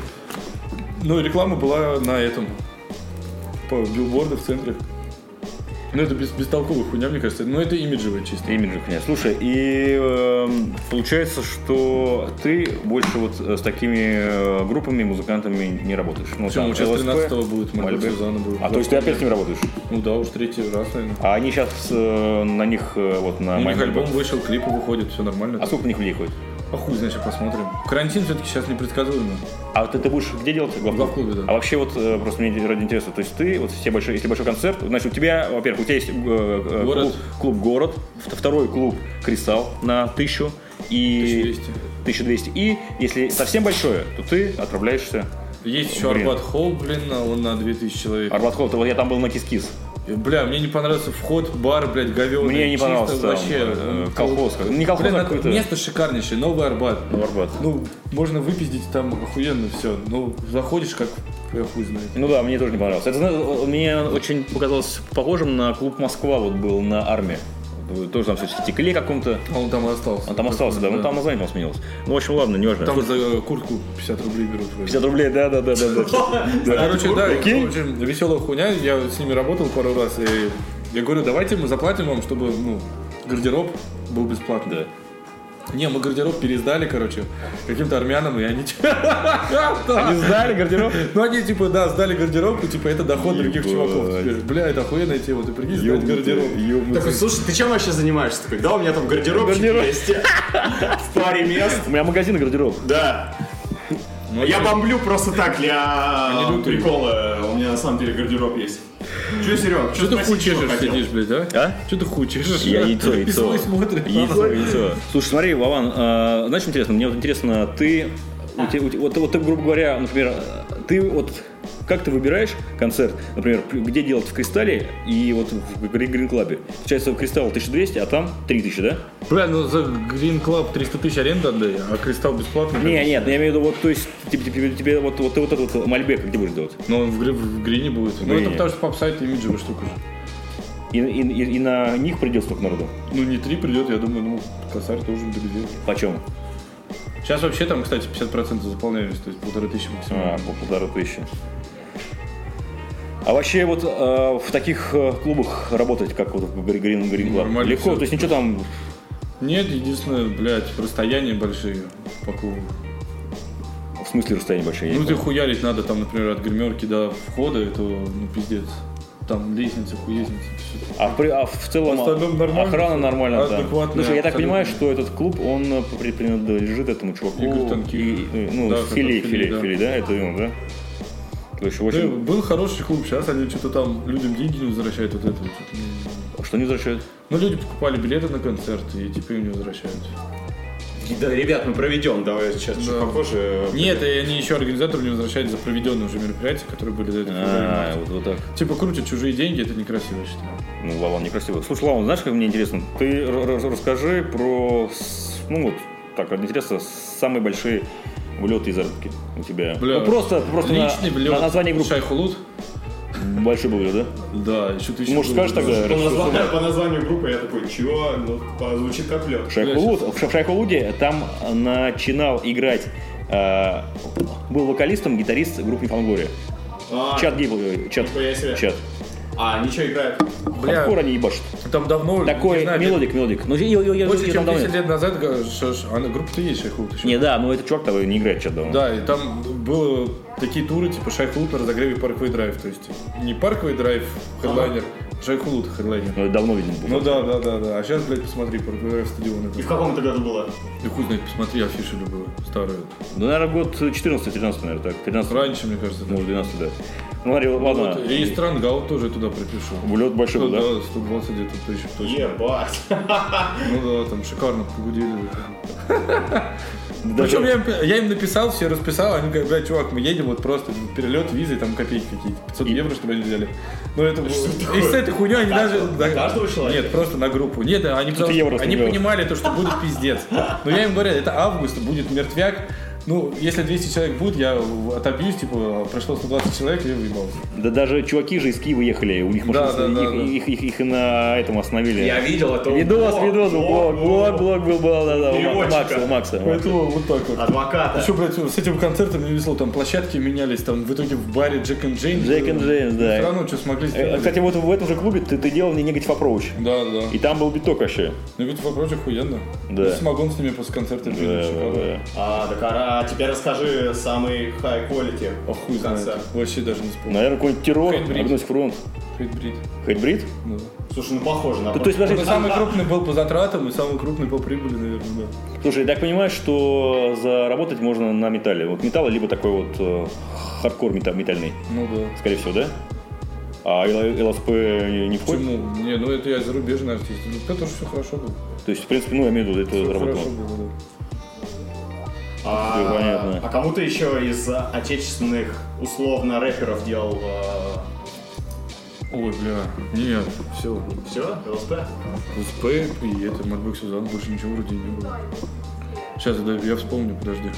Ну, реклама была на этом. По билборду в центре. Ну, это бестолковая хуйня, мне кажется. Ну, это имиджевая чисто. Имиджевая хуйня. Слушай, и получается, что ты больше вот с такими группами, музыкантами не работаешь. Ну, Почему? там Сейчас ЛСП, 13-го будет Мальбек Мальбек. Сюзанна будет. А то есть ты опять с ним работаешь? Ну да, уж третий раз, наверное. А они сейчас на них, вот на У них My альбом Mальбек. вышел, клипы выходят, все нормально. А сколько у них людей ходит? А хуй, значит, посмотрим. Карантин все-таки сейчас непредсказуемый. А ты будешь где делать? В главклубе, да. А вообще вот просто мне ради интереса, то есть ты, вот если большой концерт, значит у тебя, во-первых, у тебя есть Город. клуб «Город», второй клуб «Кристалл» на 1000 и 1200. И если совсем большое, то ты отправляешься Есть еще Блин. Арбат Холл, блин, он на 2000 человек. Арбат-Холл. Вот я там был на Кис-Кис. Бля, мне не понравился вход, бар, блядь, говёный. Мне не чисто понравился там, вообще. колхоз. Не колхоз, Блин, а это какой-то... место шикарнейшее, Новый Арбат. Арбат. Ну, можно выпиздить там охуенно все. Ну, заходишь как, я хуй знает. Ну да, мне тоже не понравился. Это, мне очень показалось похожим на клуб «Москва», вот был на «Арме». Тоже там все в стекле каком-то. А он там и остался. Он там остался, да. Ну там название там сменилось. Ну, в общем, ладно, не важно. Там за куртку 50 рублей берут. 50 рублей, да. Короче, да, Прикинь? очень веселая хуйня. Я с ними работал пару раз, и я говорю, давайте мы заплатим вам, чтобы, ну, гардероб был бесплатный. Да. Не, мы гардероб пересдали, короче, каким-то армянам, и они... Они сдали гардероб? Ну, они, типа, да, сдали гардероб, и, типа, это доход других Ебать. чуваков теперь. Бля, это охуенная тема, ты прикинь, сдать гардероб. Такой, слушай, ты чем вообще занимаешься? Такой, да, у меня там гардеробчик есть. В паре мест. У меня магазин и гардероб. Да. Я бомблю просто так для лютые. прикола. У меня на самом деле гардероб есть. Че, Серег? Что ты хуй чешешь, хотел? сидишь, блядь, а? А? Что ты хуй чешешь? Я яйцо. И свой смотришь. Яйцо. Слушай, смотри, Вован, знаешь, что интересно? Мне вот интересно, ты, вот ты, грубо говоря, например, ты вот, как ты выбираешь концерт, например, где делать в «Кристалле» и вот в Green Club? Получается, в «Кристалл» 1200, а там 3000, да? Бля, ну за Green Club 300 тысяч аренда отдай, а Кристалл бесплатно. Нет, я имею в виду, вот, то есть, тебе вот ты вот этот вот Мальбек где будешь делать? Но он в Грине будет. Ну Грине. это потому что поп-сайт имиджевая штука же. И на них придет столько народу. Ну не 3 придет, я думаю, ну косарь тоже будет. Почем? Сейчас вообще там, кстати, 50% заполняемость, то есть 1500 максимум. По 1500. А вообще вот в таких клубах работать, как вот в Green Club, Нормально легко? всё. То есть ничего там... Нет, единственное, блядь, расстояния большие. по клубу. В смысле расстояние большое? Ну, ты хуярить надо, там, например, от гримерки до входа, это, ну, пиздец. Там лестница, хуезница. В целом нормально, охрана нормально, да. адекватная, Слушай, я так абсолютно. понимаю, что этот клуб, он принадлежит этому чуваку. Игорь Танких. Ну, Да, Фили, да, это он, да? То есть, в Да, общем, был хороший клуб, сейчас они что-то там людям деньги не возвращают, вот это вот. Что-то что не возвращают? Ну, люди покупали билеты на концерты и теперь им не возвращают. Да, ребят, мы проведем, давай сейчас чуть попозже. Нет, и они еще организатору не возвращают за проведенные уже мероприятия, которые были до этого. Вот так. Типа крутят чужие деньги, это некрасиво, я считаю. Ну, Лаван, некрасиво. Слушай, Лаван, знаешь, как мне интересно? Ты расскажи про, ну вот, так, интересно, самые большие влеты и заработки у тебя. Бля, Ну, просто личный влет. на название группы. Шайхулут. Большой был, да? Да, еще ты еще. Может, скажешь тогда? По названию группы я такой, чего? Ну, звучит как лед. В Шайхулуде там начинал играть, был вокалистом, гитарист группы Фангория. Чат Гейбл, чат. А, ничего играет. Бля, Хардкор они ебашат. там давно... Такой не знаю, мелодик. Ну, я больше чем давно 10 нет. лет назад группа-то есть Шайхулут еще. Не, да, но этот чувак того не играет чат давно. Да, и там было такие туры, типа Шайхулут на разогреве Парковый драйв. То есть не Парковый драйв хедлайнер, а Шайхулут хедлайнер. Ну, это давно, видимо, было. Ну да. А сейчас, блядь, посмотри, Парковый драйв стадион. И в каком это году было? Да хуй знает, посмотри, афиши любые, старые. Ну, наверное, год 14-13, наверное, так. 13, Раньше, мне кажется, да. может, 12, да. Ну, смотри, ладно. Вот, и Странгаут тоже туда припишу. Влет большой был, да? Да, 120 где-то тысяч точно. Ебать. Ну да, там шикарно погудели. Даже- Причем я им написал, все расписал, они говорят, блядь, чувак, мы едем вот просто перелет, визы, там копейки какие-то, 500 евро, чтобы они взяли. Ну это было... И с этой хуйней они даже... На каждого человека? Нет, просто на группу. Нет, они, евро они стоило. понимали то, что будет пиздец. Но я им говорю, это август, будет мертвяк. Ну, если 200 человек будет, я отобьюсь, типа, пришло 120 человек, и я выебался. Да даже чуваки же из Киева ехали, у них машины, Да. их и на этом остановили. Я видел это. Видос, блог был, да, Переводчика. у Макса. Поэтому вот так вот. Адвоката. Еще, блядь, с этим концертом мне весело, там площадки менялись, там в итоге в баре Джек энд Джеймс. Джек энд Джеймс, да. Все равно что смогли сделать. Кстати, вот в этом же клубе ты делал не Negative Approach. Да. И там был биток вообще. Ну ведь вопрос охуенно. Да. Ну, самогон с ними после концерта пили, шоколад. А теперь расскажи самый high quality Хуй знает. концерт. Вообще даже не вспомню. Наверное, какой-нибудь террор, Хейтбрид. Агносик Фронт. Хейтбрид. Хейтбрид? Да. Слушай, ну похоже на... То есть, Он подожди, и самый крупный был по затратам, и самый крупный по прибыли, наверное, да. слушай, я так понимаю, что заработать можно на металле. Вот металл, либо такой вот хардкор метальный, Ну да. скорее всего, да? А ЛСП не входит? Почему? Не, ну это я зарубежный артист. Ну, это тоже все хорошо было. То есть, в принципе, ну, я имею в виду, это Всё работало. хорошо было, да. Понятно. А кому-то еще из отечественных, условно, рэперов делал... Ой, бля, нет, все. Все? ЛСП? СП и это Матбэк Сюзан, больше ничего вроде не было. Сейчас я вспомню, подожди.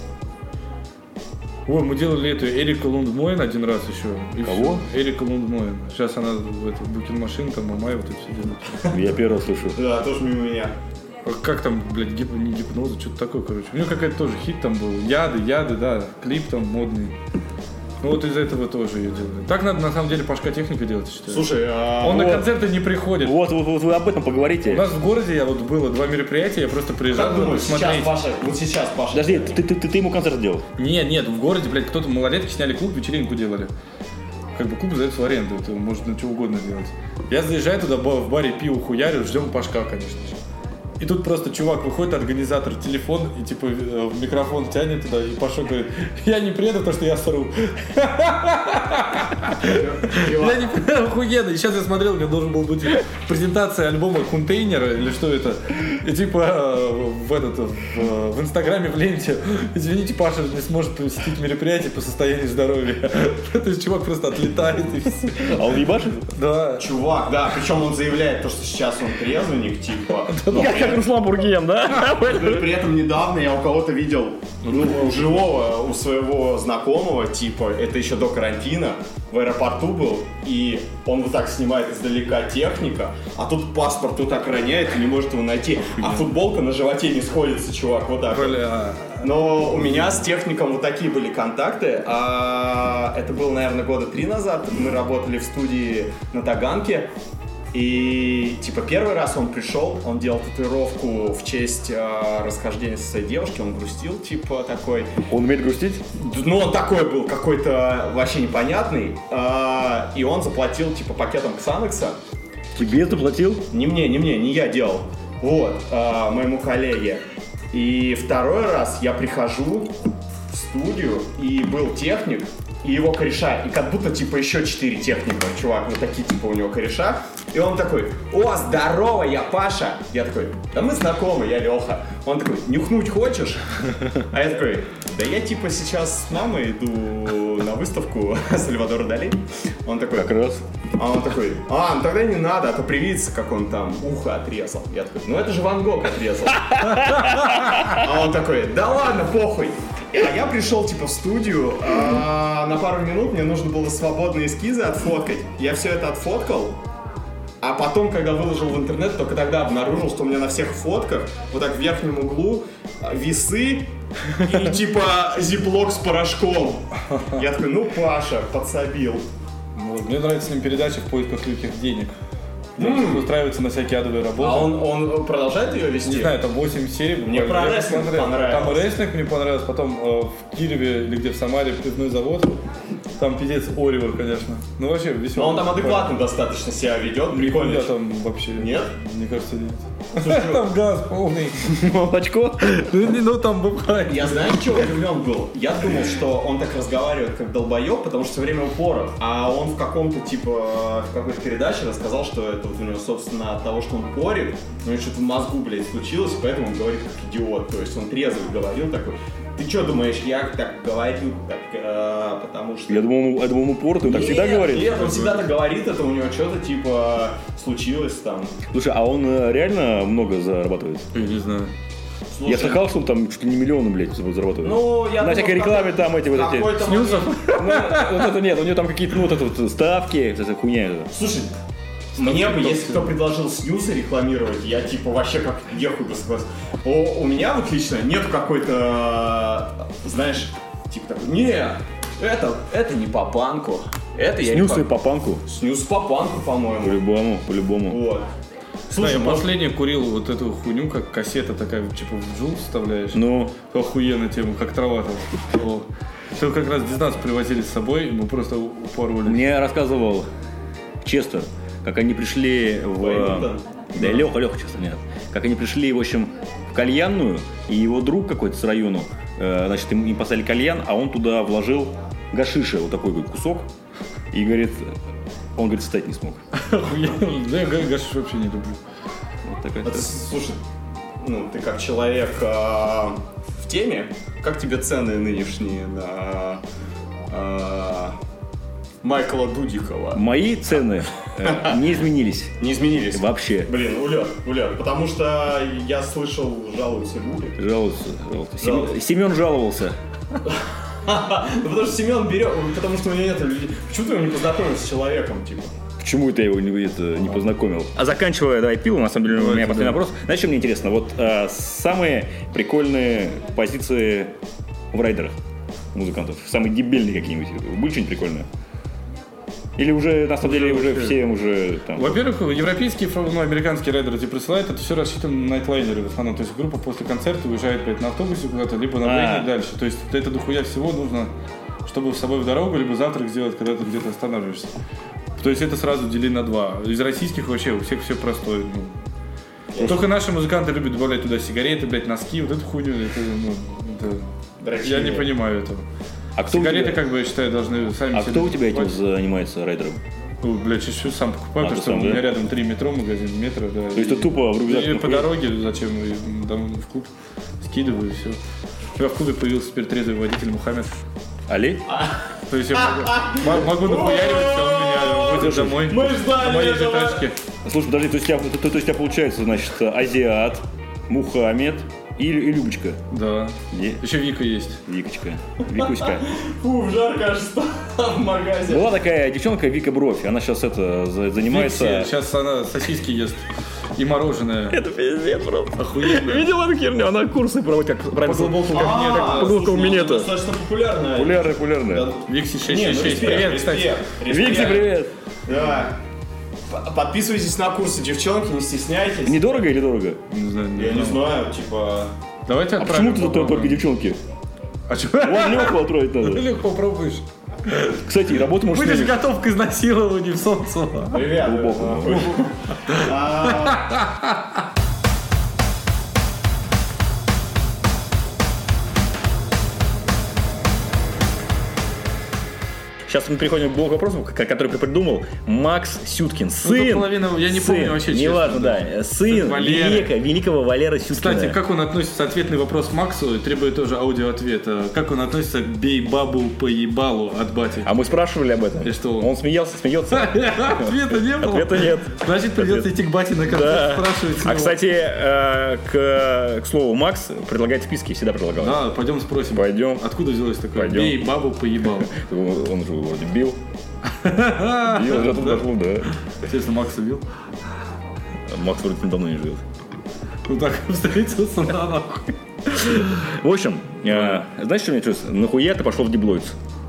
Ой, мы делали эту Эрика Лундмоен один раз еще. И Кого? всё. Эрика Лундмоен. Сейчас она в этой Букин Машин, там Мамай, вот это все делает. Я первый раз слышу. Да, тоже мимо меня. Как там, блядь, не гипноза, что-то такое, короче. У него какая-то тоже хит там был. Яды, да, клип там модный. Ну вот из этого тоже ее делали. Так надо на самом деле Пашка Техника делать, я считаю. Слушай, Он на вот. концерты не приходит. Вот вы об этом У поговорите. нас в городе вот было 2 мероприятия, я просто приезжал как думаешь, сейчас смотреть. Паша, вот сейчас Паша... Подожди, ты ему концерт сделал? Нет, в городе, блядь, кто-то малолетки сняли клуб, вечеринку делали. Как бы клуб сдается в аренду, это можно что угодно делать. Я заезжаю туда, в баре пиво хуярю, ждем Пашка, конечно же. И тут просто чувак выходит, организатор, телефон, и типа в микрофон тянет туда, и Паша говорит, я не приеду, потому что я сру. Я не приеду, охуенно. И сейчас я смотрел, у меня должен был быть презентация альбома «Контейнера», или что это. И типа в Инстаграме, в ленте, извините, Паша не сможет посетить мероприятие по состоянию здоровья. То есть чувак просто отлетает и все. А он ебашит? Да. Чувак, да, причем он заявляет то, что сейчас он трезвенник, типа. Как Руслан Бургием, да? Но при этом недавно я у кого-то видел, у живого, у своего знакомого, типа, это еще до карантина, в аэропорту был, и он вот так снимает издалека техника, а тут паспорт тут охраняет и не может его найти, а футболка на животе не сходится, чувак, вот так. Бля. Но у меня с техником вот такие были контакты, а это было, наверное, года 3 назад, мы работали в студии на Таганке, И, типа, первый раз он пришел, он делал татуировку в честь расхождения со своей девушкой, он грустил, типа, такой. Он умеет грустить? Ну, он такой был, какой-то вообще непонятный. И он заплатил, типа, пакетом Ксанекса. Тебе заплатил? Не мне, не я делал. Вот, моему коллеге. И второй раз я прихожу в студию, и был техник, и его кореша, и как будто, типа, еще 4 техника, чувак, вот такие, типа, у него кореша. И он такой: о, здорово, я Паша. Я такой: да мы знакомы, я Леха. Он такой: нюхнуть хочешь? А я такой: да я, типа, сейчас с мамой иду на выставку Сальвадора Дали. Он такой: как раз. А он такой: а, ну тогда не надо, а то привидится, как он там ухо отрезал. Я такой: ну это же Ван Гог отрезал. А он такой: да ладно, похуй. А я пришел, типа, в студию, на пару минут мне нужно было свободные эскизы отфоткать. Я все это отфоткал, а потом, когда выложил в интернет, только тогда обнаружил, что у меня на всех фотках вот так в верхнем углу весы и, типа, зиплок с порошком. Я такой: ну, Паша, подсобил. Вот. Мне нравится с ним передача «В поисках легких денег». Устраивается на всякие адовые работы. А он продолжает ее вести? Не знаю, там 8 серий. Мне про рестлинг понравилось. Там рестлинг мне понравился, потом в Кирове или где в Самаре пивной завод. Там пиздец Оривер, конечно. Ну вообще веселый. Но он там адекватно достаточно себя ведет, прикольно. Я там вообще... Нет? Мне кажется, нет. Там газ полный. Молочко? Ну там бывает. Я знаю, чего удивлен был? Я думал, что он так разговаривает как долбоеб, потому что все время упорот. А он в каком-то, типа, в какой-то передаче рассказал, что это вот у него, собственно, от того, что он порит, у него что-то в мозгу, блядь, случилось, поэтому он говорит как идиот. То есть он трезвый говорил такой: ты что думаешь, я так говорю, так, потому что... Я думал, он упорот, он так всегда говорит? Нет, он всегда так говорит, это у него что-то, типа, случилось там. Слушай, а он реально много зарабатывает? Я не знаю. Я слыхал, что он там чуть ли не миллионы, блядь, зарабатывает. Ну, я на всякой рекламе там эти вот эти... Снюсов? Вот это нет, у него там какие-то, ну, вот это вот ставки, вот эта хуйня. Слушай, мне бы, если кто предложил снюсы рекламировать, я типа вообще как ехал бы согласен. У меня вот лично нету какой-то, знаешь, типа такой: не, это не по панку. Это я Снюсы по панку? Снюс по панку, по-моему. По-любому. Вот. Слушай, я последний курил вот эту хуйню, как кассета такая, типа в джул вставляешь. Ну. Охуенная тема, как трава там. То как раз Дизнас привозили с собой, и мы просто упорвали. Мне рассказывал Честер, как они пришли в... Да, Леха, честно, нет. Как они пришли, в общем, в кальянную, и его друг какой-то с району, значит, им поставили кальян, а он туда вложил гашиша, вот такой вот кусок, и говорит, он, говорит, встать не смог. Да, я гашиш вообще не люблю. Вот такая история. Слушай, ну ты как человек в теме, как тебе цены нынешние на Майкла Дудикова? Мои цены не изменились. Не изменились? Вообще. Блин, улет. Потому что я слышал, жалуются люди. Жалуются. Семен жаловался. Ну потому что Семен берет, потому что у него нет людей. Почему ты его не познакомил с человеком, типа? Почему это я его не познакомил? А заканчивая, да, пиво, на самом деле, у меня последний вопрос. Знаешь, что мне интересно? Вот самые прикольные позиции в райдерах музыкантов, самые дебильные какие-нибудь. Были что-нибудь прикольное? Или уже, на самом деле, уже все уже там... Во-первых, европейские, американские райдеры тебе присылают, это все рассчитано на найтлайнеры в основном. То есть группа после концерта уезжает, блядь, на автобусе куда-то, либо на тренинг дальше. То есть это дохуя всего нужно, чтобы с собой в дорогу, либо завтрак сделать, когда ты где-то останавливаешься. То есть это сразу дели на два. Из российских вообще у всех все простое. Только наши музыканты любят добавлять туда сигареты, блядь, носки, вот эту хуйню. Я не понимаю этого. А кто сигареты, как бы, я считаю, должны сами... А кто у тебя этим занимается, райдером? Ну, блядь, чуть-чуть сам покупаю, потому что у меня рядом 3 метро, магазин метро, да. То есть ты тупо в рюкзак? И по дороге, зачем, и домой в клуб скидываю, и все. У меня в клубе появился теперь трезвый водитель Мухаммед. Али? То есть я могу нахуяриваться, он меня возит домой на моей же тачке. Слушай, подожди, то есть у тебя получается, значит, Азиат, Мухаммед и Любочка. Да. Еще Вика есть. Викочка. Викуська. Фу, жарко аж стало в магазине. Была такая девчонка Вика Бровь, она сейчас занимается... Викси, сейчас она сосиски ест и мороженое. Это пиздец просто. Охуенно. Видела эту херню? Она курсы проводит, как правильно. По глубокому минету. Достаточно популярная. Популярная. Викси 666. Привет, кстати. Викси, привет. Да. Подписывайтесь на курсы, девчонки, не стесняйтесь. Недорого или дорого? Не знаю, Я не знаю, типа... Давайте А отправим. почему тут только девчонки? А чего? Вон Лёху отправить надо. Лег попробуешь. Кстати, работу можешь Будешь сменить. готов к изнасилованию в солнце. Привет. Глубоко. Сейчас мы переходим к блоку вопросов, который придумал Макс Сюткин. Сын. половина, я не помню вообще, честно, неважно, да. Сын Валеры. великого Валеры Сюткина. Кстати, как он относится, ответный вопрос Максу, требует тоже аудиоответа. Как он относится к «бей бабу по ебалу» от бати? А мы спрашивали об этом. И что? Он смеется. Ответа не было? Ответа нет. Значит, придется идти к бате на концерт, Да. спрашивать. А, кстати, к слову, Макс предлагает списки, всегда предлагал. Да, пойдем спросим. Пойдем. Откуда взялось такое? Пойдем. «Бей бабу по ебалу». Он же вроде бил. Бил, уже тут дошло, да. Честно, Макса бил? Макс вроде давно не живет. Ну так встретился на нахуй. В общем, знаешь, что мне чувствуется? Нахуя ты пошел в Диблоидс?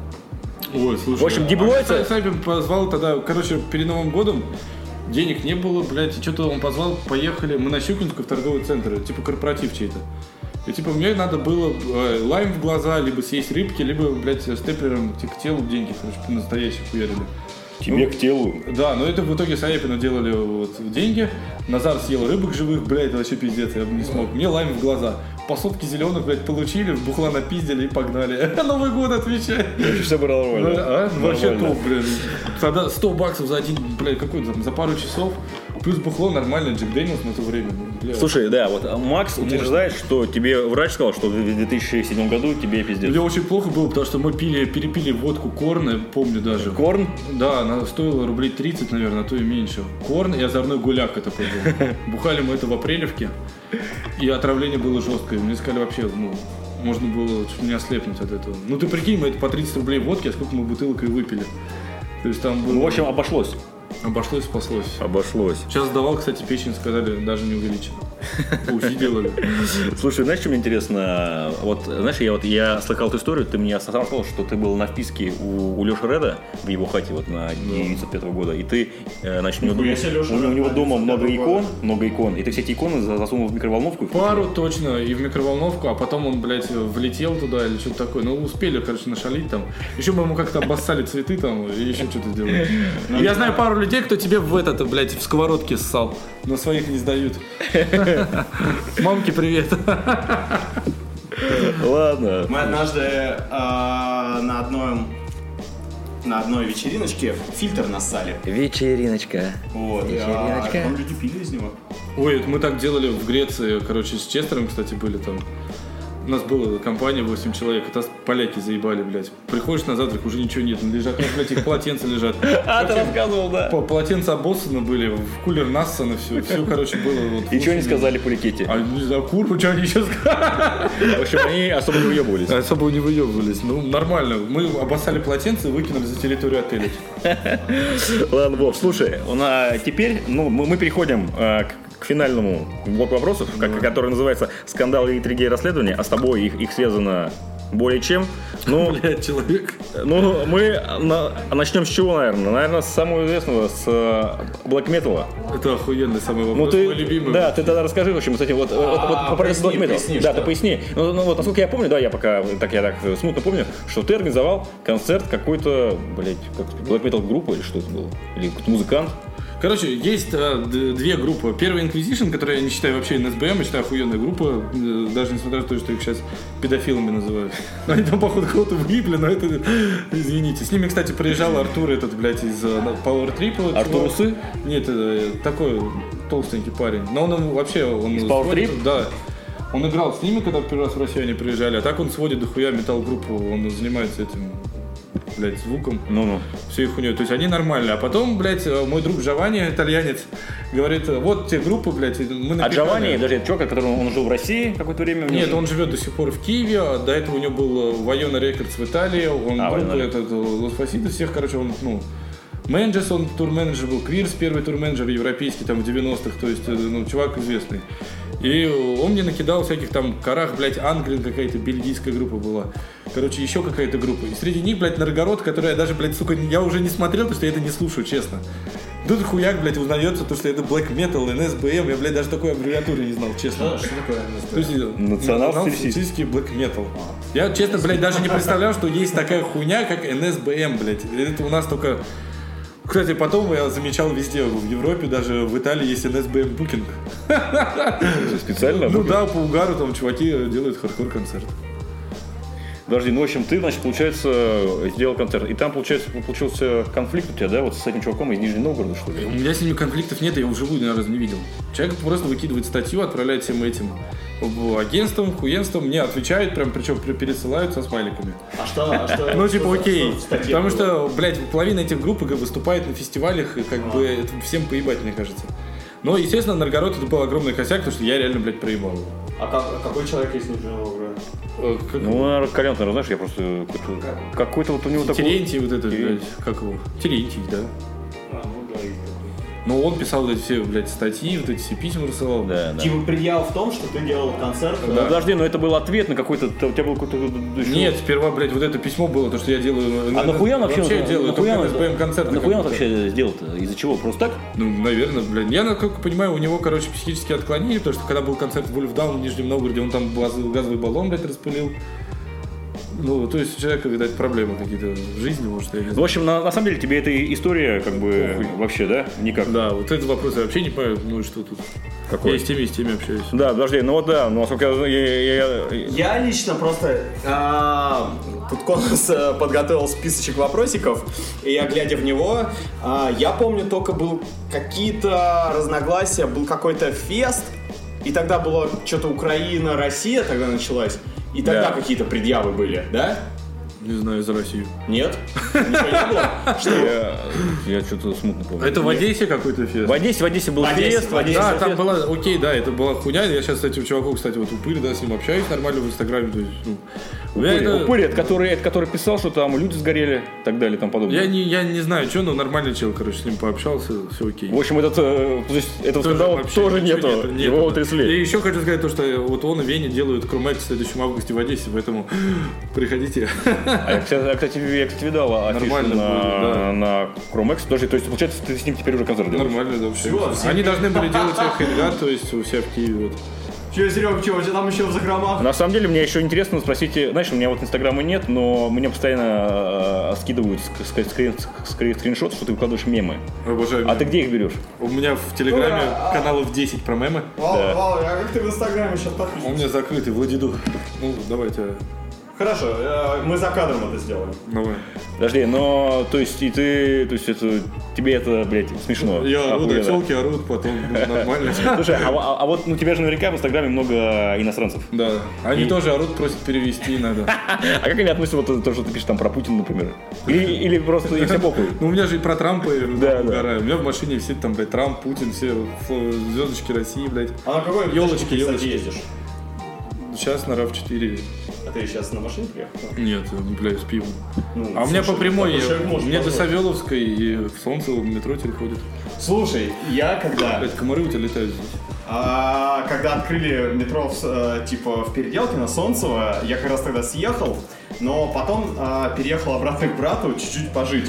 Ой, слушай. В общем, Диблоидс... Сайбин позвал тогда, короче, перед Новым годом. Денег не было, блядь, и что-то он позвал, поехали. Мы на Щукинскую в торговый центр, типа корпоратив чей-то. И типа мне надо было лайм в глаза, либо съесть рыбки, либо, блядь, степлером к телу деньги, короче, настоящие хуярили. Тебе к телу. Да, но это в итоге Саяпину делали вот деньги. Назар съел рыбок живых, блядь, это вообще пиздец, я бы не смог. Мне лайм в глаза. По сотке зеленых, блядь, получили, бухла напиздили и погнали. Новый год отвечай. Все было нормально. А? Вообще Нормально. топ, блин. Тогда $100 за один, блядь, какой там, за пару часов. Плюс бухло нормально, Джек Дэниелс на то время. Блядь. Слушай, да, вот Макс утверждает, что тебе врач сказал, что в 2007 году тебе пиздец. Мне очень плохо было, потому что мы перепили водку Корна, помню даже. Корн? Да, она стоила рублей 30, наверное, а то и меньше. Корн и озорной гуляк это был. Бухали мы это в Апрелевке, и отравление было жесткое. Мне сказали вообще, ну, можно было чуть не ослепнуть от этого. Ну ты прикинь, мы это по 30 рублей водки, а сколько мы бутылок и выпили. То есть там было... Ну, в общем, обошлось. Обошлось, спаслось. Обошлось. Сейчас сдавал, кстати, печень, сказали, даже не увеличено. УЗИ делали. Слушай, знаешь, что мне интересно? Вот, знаешь, я слыхал эту историю, ты мне сам сказал, что ты был на вписке у Леши Реда в его хате вот на 905 года, и ты, значит, у него дома много икон, и ты все эти иконы засунул в микроволновку. Пару точно, и в микроволновку, а потом он, блядь, влетел туда или что-то такое. Ну, успели, короче, нашалить там. Еще мы ему как-то обоссали цветы там, и еще что-то сделали. Я знаю пару людей, кто тебе в этот, блядь, в сковородке ссал, но своих не сдают. Мамки, привет. Ладно. Мы однажды на одной вечериночке фильтр нассали. Вечериночка. Вот. Вечериночка. Там люди пили из него. Ой, это мы так делали в Греции, короче, с Честером, кстати, были там. У нас была компания 8 человек, это поляки заебали, блядь. Приходишь на завтрак, уже ничего нет, лежат, ну, блядь, их полотенца лежат. А, ты рассказывал, да. Полотенца обоссаны были, в кулер нассано, все, короче, было. Вот, И что они сказали по Ликете? А, не знаю, курву, что они еще сказали? В общем, они особо не выебывались. Особо не выебывались, ну, нормально. Мы обоссали полотенце и выкинули за территорию отеля. Ладно, Вов, слушай, теперь мы переходим к финальному блоку вопросов, который называется «Скандалы, интриги и расследования», а с тобой их связано более чем. Ну, Блядь, человек. ну мы начнем с чего, наверное? Наверное, с самого известного, с Black Metal. Это охуенный самый Ну, вопрос, мой любимый. Да, ты тогда расскажи, в общем, кстати, вот по проекту Black Metal. поясни, Да, что? ты поясни. Ну, вот, насколько я помню, да, я так смутно помню, что ты организовал концерт какой-то, блядь, как Black Metal группа или что это было? Или какой-то музыкант? Короче, есть две группы. Первая Inquisition, которую я не считаю вообще НСБМ, я считаю охуенная группа, даже несмотря на то, что их сейчас педофилами называют. Но они там, походу, кого-то влипли, но это, извините. С ними, кстати, приезжал Артур этот, блядь, из Power Trip. Артур Усы? Нет, такой толстенький парень. Но он вообще... Из Power Trip? Да. Он играл с ними, когда первый раз в Россию они приезжали, а так он сводит дохуя метал-группу, он занимается этим, блядь, звуком. Ну-ну. Всю их хуйню. То есть они нормальные. А потом, блядь, мой друг Джованни, итальянец, говорит, вот те группы, блядь, мы написали. А Джованни, даже этот чувак, который он жил в России какое-то время? Нет, он живет до сих пор в Киеве, а до этого у него был Вайона Рекордс в Италии, он группа этот, Лос Фаситос, всех, короче, он, Менджес, он турменеджер был, Квирс, первый турменеджер европейский, там, в 90-х, то есть, чувак известный. И он мне накидал всяких там Карах, блядь, Ангрин какая-то, бельгийская группа была. Короче, еще какая-то группа. И среди них, блядь, Наргород, который я даже, блядь, сука, я уже не смотрел, потому что я это не слушаю, честно. Тут хуяк, блядь, узнается, то, что это Black Metal, НСБМ. Я, блядь, даже такой аббревиатуры не знал, честно. Что такое То есть, национал-социалистический Black Metal. Я, честно, блядь, даже не представлял, что есть такая хуйня, как НСБМ, блядь. Это у нас только... Кстати, потом я замечал везде, в Европе, даже в Италии есть НСБМ букинг. Специально? Ну да, по угару там чуваки делают хардкор-концерт. Подожди, ну, в общем, ты, значит, получается, сделал концерт. И там, получился конфликт у тебя, да, вот с этим чуваком из Нижнего Новгорода, что ли? У меня с ними конфликтов нет, я его вживую ни разу не видел. Человек просто выкидывает статью, отправляет всем этим агентствам, хуенствам, мне отвечают, прям, причем пересылают со смайликами. А что? Ну, типа, окей. Потому было? что, блядь, половина этих групп выступает на фестивалях, и как бы это всем поебать, мне кажется. Но, естественно, Наргород это был огромный косяк, потому что я реально, блядь, проебал. А какой человек из Нижнего Новгорода? Ну, наверное, Колян, наверное, знаешь, я просто... Какой-то вот у него такой... Терентий вот это, блядь, как его? Терентий, да. Ну, он писал вот эти все, блядь, статьи, вот эти все письма рассылал. Да, да. Типа предъява в том, что ты делал концерт. Ну, подожди, но это был ответ на какой-то... У тебя был какой-то... Нет, сперва, блядь, вот это письмо было, то, что я делаю... А нахуя он вообще делаю только СБМ-концерт. Нахуя он вообще сделал-то? Из-за чего? Просто так? Ну, наверное, блядь. Я, насколько понимаю, у него, короче, психические отклонения, потому что когда был концерт в Вольфдаун в Нижнем Новгороде, он там газовый баллон, блядь, распылил. Ну, то есть у человека, видать, проблемы какие-то в жизни, может, я не знаю. В общем, на самом деле тебе эта история как бы вообще, да? Никак. Да, вот этот вопрос я вообще не понимаю, ну и что тут? Какой? Я с теми общаюсь. Да, подожди, ну вот да, ну насколько Я лично просто тут Конус подготовил списочек вопросиков, и я, глядя в него, я помню, только был какие-то разногласия, был какой-то фест, и тогда было что-то Украина, Россия тогда началась, и тогда Да. какие-то предъявы были, да? Не знаю, за Россию. Нет? Ничего не было? Что? я что-то смутно помню. Это в Одессе какой-то фест? В Одессе был В Одессе, фест, в Одессе. Да, там была, окей, да, это была хуйня. Я сейчас с этим чуваком, кстати, вот Упырь, да, с ним общаюсь нормально в Инстаграме. То есть, ну, Упырь, это который писал, что там люди сгорели и так далее и тому подобное. Я не знаю, что, но нормальный чел, короче, с ним пообщался, все окей. В общем, этого скандала вообще тоже ничего нету. нету. Его И утрясли. еще хочу сказать то, что вот он и Веня делают Крумэк в следующем августе в Одессе, поэтому приходите. А я, кстати, видал афишу Нормально будет, да. на Chromexx. То есть, получается, ты с ним теперь уже концерт делаешь? Нормально, да, вообще. Всё, Они должны были делать Хельгат, то есть у себя в Киеве. Вот. Че, Серег, что, у тебя там еще в закромах? На самом деле, мне еще интересно спросить, знаешь, у меня вот Инстаграма нет, но мне постоянно скидывают скриншоты, что ты выкладываешь мемы. Обожаю. А ты где их берешь? У меня в Телеграме каналов 10 про мемы. Вау, а как ты в Инстаграме сейчас подписан? Он у меня закрытый, Владиду. Ну, давайте. Хорошо, мы за кадром это сделаем. Давай. Подожди, но, то есть, это, тебе это, блядь, смешно. Я ору, да, Охуенно. телки орут, потом нормально. Слушай, а вот у тебя же наверняка в Инстаграме много иностранцев. Да, они тоже орут, просят перевести надо. А как они относятся вот то, что ты пишешь там про Путина, например? Или просто им все похуй? Ну, у меня же и про Трампа Да, угораю. У меня в машине все там, блядь, Трамп, Путин, все звездочки России, блядь. А на какой Ёлочки, кстати, ёлочки. ездишь? Сейчас на RAV4. А ты сейчас на машине приехал? Нет, блядь, с пивом. Ну, А у меня по слушай, прямой, такой человек может мне до позволить. Савеловской и в Солнцево в метро теперь ходит. Слушай, я когда... Блядь, комары у тебя летают здесь. Когда открыли метро в Переделке на Солнцево, я как раз тогда съехал, но потом переехал обратно к брату чуть-чуть пожить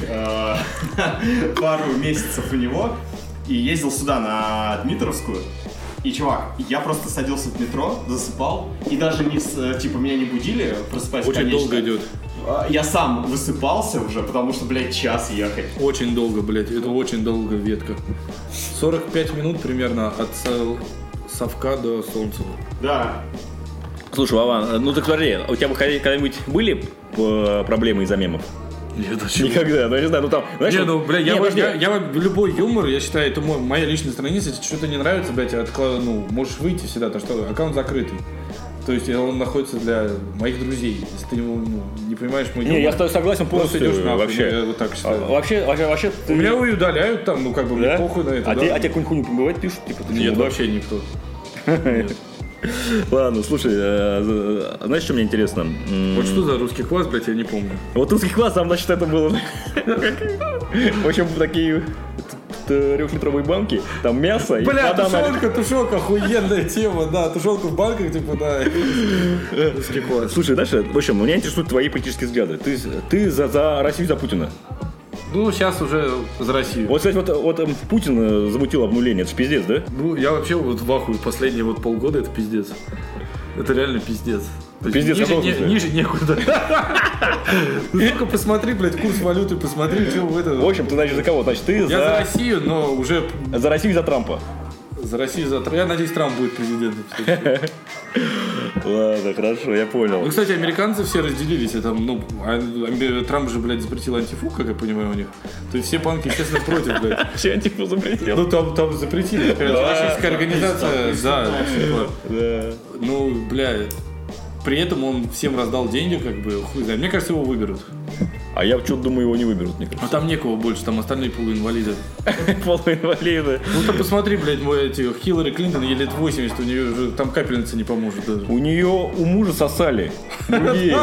пару месяцев у него и ездил сюда на Дмитровскую. И, чувак, я просто садился в метро, засыпал, и даже меня не будили, просыпаясь Очень конечно. долго идет. Я сам высыпался уже, потому что, блядь, час ехать. Очень долго, блядь, это очень долго ветка. 45 минут примерно от Совка до Солнцева. Да. Слушай, Вован, ну так смотри, у тебя когда-нибудь были проблемы из-за мемов? Нет, а чего? Никогда, ну я не знаю, ну там, знаешь... Не, ну, бля, я подожди. любой юмор, я считаю, это моя личная страница, если что-то не нравится, блядь, можешь выйти всегда, то что аккаунт закрытый. То есть он находится для моих друзей. Если ты не понимаешь мой юмор... Не, я с тобой согласен просто полностью, идешь нахуй, вообще. я вот так считаю. Вообще ты... У меня и удаляют там, ну как бы, мне Да? похуй на это, А да. тебе какую-нибудь хуйню бывает пишут? Типа, ты Нет, чего, вообще никто. Ладно, слушай, знаешь, что мне интересно? Вот что за русский квас, блядь, я не помню. Вот русский квас, там, значит, это было... В общем, такие трехлитровые банки, там мясо и Бля, вода на- тушенка, охуенная тема, да, тушенка в банках, типа, да. Русский квас. Слушай, Даша, в общем, меня интересуют твои политические взгляды. Ты за Россию, за Путина? Ну, сейчас уже за Россию. Вот, кстати, вот Путин замутил обнуление, это ж пиздец, да? Ну, я вообще вот в ахуе. Последние вот полгода это пиздец. Это реально пиздец. Пиздец, ниже некуда. Ну, только посмотри, блядь, курс валюты, посмотри, что в этом. В общем, ты, значит, за кого? Значит, ты Я за Россию, но уже... За Россию и за Трампа. За Россию, за Трампа. Я надеюсь, Трамп будет президентом. Ладно, хорошо, я понял. Ну, кстати, американцы все разделились. Трамп же, блядь, запретил антифу, как я понимаю, у них. То есть все панки, естественно, против, блядь. Все антифу запретил. Ну, там запретили. Российская организация, да. Ну, блядь. При этом он всем раздал деньги, как бы, хуй знает. Мне кажется, его выберут. А я что-то думаю, его не выберут, мне кажется. А там некого больше, там остальные полуинвалиды. Полуинвалиды. Ну ты посмотри, блядь, Хиллари Клинтон, ей лет 80, у нее уже там капельница не поможет даже. У нее у мужа сосали. Другие.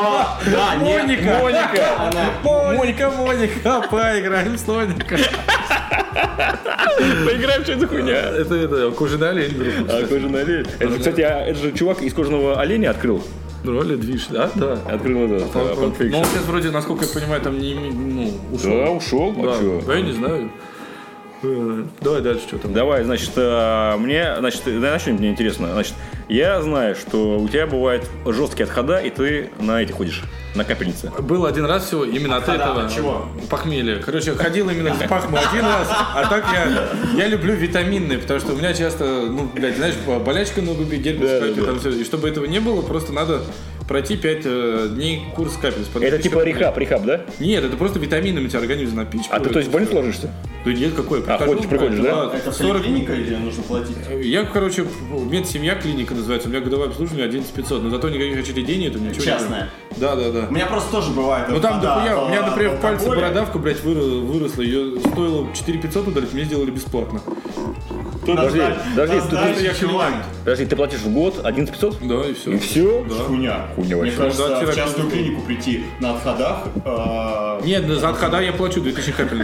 Моника, поиграем с Моника. Поиграем, что это за хуйня? Это кожаный олень. Кожаный олень. Это, кстати, это же чувак из кожаного оленя открыл. Ну, роли движ, да? Да. Открыл это. Но он сейчас вроде, насколько я понимаю, там не ушел. Да, ушел. Да, я не знаю. Давай дальше, что там. Давай, значит, мне интересно. Значит, я знаю, что у тебя бывают жесткие отхода, и ты на эти ходишь, на капельнице. Был один раз всего именно от этого. От чего? Похмелье. Короче, ходил именно с пахму один раз, а так я люблю витаминные, потому что у меня часто, ну, блядь, знаешь, болячка на губе, герпес, там все. И чтобы этого не было, просто надо пройти 5 дней курс капель. Это типа рехаб, да? Нет, это просто витаминами тебя организм напичкает. А ты, то есть, в больницу ложишься? Да нет, какой? Приходишь, да? Это 40 клиника или нужно платить? Я, короче, медсемья клиника называется, у меня годовое обслуживание 11 500, но зато никаких очередений, это ничего. Частная? Да. У меня просто тоже бывает. Ну там дохуя, у меня, например, в пальце бородавка, блядь, выросла, ее стоило 4 500 удалить, мне сделали бесплатно. Подожди, чувак. ты платишь в год 11 500? Да, и все. И все? Да. Хуйня. Хуйня Мне вообще. кажется, Да, в частную клинику прийти на отходах... Нет, за отхода я плачу 2000 капельниц.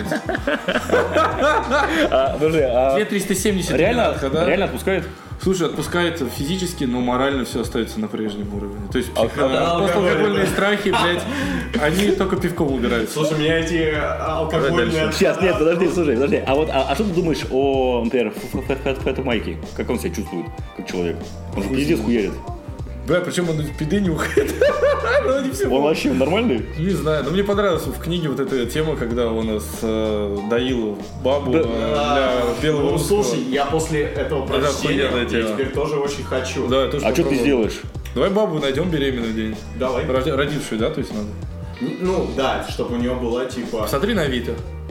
Подожди, 2370 реально отхода. реально отпускает? Слушай, отпускает физически, но морально все остается на прежнем уровне. То есть алкоголь, послеалкогольные страхи, блядь, они только пивком убираются. Слушай, меня эти алкогольные... Сейчас, нет, подожди. А что ты думаешь о, например, Фэту-Майке? Как он себя чувствует, как человек? Он же пиздец хуярит. Бля, причем он из пиды не уходит. Он вообще нормальный? Не знаю, но мне понравилась в книге вот эта тема, когда он доил бабу для белого русского. Слушай, я после этого прочтения, я теперь тоже очень хочу. Да, тоже а что ты сделаешь? Давай бабу найдем беременную день. Давай. Родившую, да, то есть надо? Ну, да, чтобы у нее была типа... Посмотри на Авито.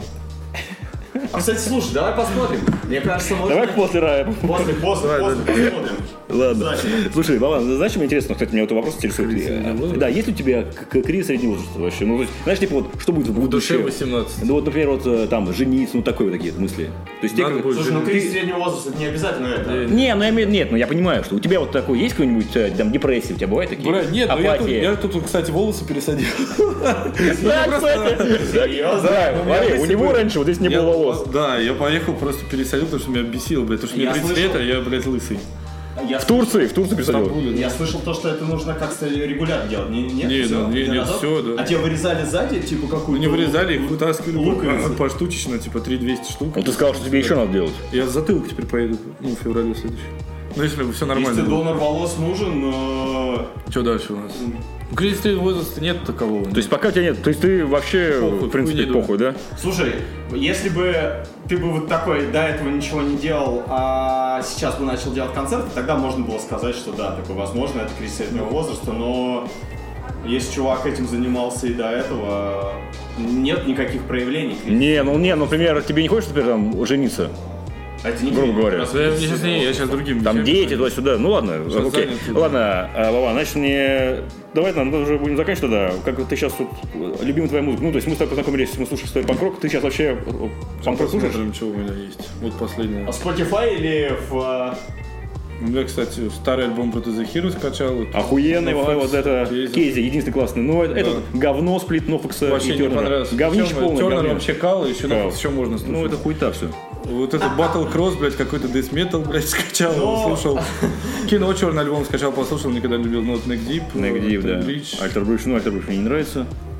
А, кстати, слушай, давай посмотрим. Мне кажется, можно... Давай после рая. После посмотрим. Ладно. Слушай, Вован, знаешь, что мне интересно? Кстати, меня вот вопрос интересует. Да, есть у тебя кризис среднего возраста вообще? Ну, то есть, знаешь, типа вот, что будет в будущем? В душе 18. Ну, вот, например, вот там, жениться, ну, такие вот такие мысли. То есть, Слушай, ну кризис среднего возраста, это не обязательно это. Нет, я понимаю, что у тебя вот такой, есть какой-нибудь, там, депрессия у тебя бывает такие? Бля, нет, я тут, кстати, волосы пересадил. Да, кстати. Серьезно? Смотри, у него раньше вот здесь не было волос. Да, я поехал, просто пересадил, потому что меня бесило, блядь, потому что мне 30 лет, а я, блядь, лысый. В Турции пересадил. Я слышал то, что это нужно как-то регулярно делать. Нет, все, да. А тебя вырезали сзади, типа какую-то... Не вырезали, их вытаскивали поштучечно, типа 3200 штук. Ну ты сказал, что тебе еще надо делать. Я с затылка теперь поеду, в феврале следующем. Ну если все нормально. Если донор волос нужен, Что дальше у нас? Кризис среднего возраста нет такового. То есть пока тебя нет, то есть ты вообще, в принципе, похуй, да? Слушай, если бы ты бы вот такой до этого ничего не делал, а сейчас бы начал делать концерты, тогда можно было сказать, что да, такое возможно, это кризис среднего возраста, но если чувак этим занимался и до этого, нет никаких проявлений. Например, тебе не хочется теперь там жениться? Грубо говоря. Я сейчас другим. Там дети, туда-сюда. Ну ладно, окей. Ладно, Вова, значит, давай мы уже будем заканчивать тогда. Как ты сейчас вот любимая твоя музыка? Ну, то есть мы с тобой познакомились, мы слушаем свой панк-рок. Ты сейчас вообще панк-рок слушаешь? Что у меня есть. Вот последнее. А в Spotify или в... У меня, кстати, старый альбом про The Hero скачал. Охуенный, вот это Кейзи, единственный классный. Ну, это говно, сплит Нофокса и вообще не понравился. Говнич полный. Тернер вообще кал, и еще Нофокс еще можно слушать. Ну, это хуйта все. Вот этот Battle Cross, блядь, какой-то Death Metal, блядь, скачал, слушал. Кино черный альбом скачал, послушал, никогда не любил. Neck Deep, да. Alter Bridge, Alter Bridge мне не нравится.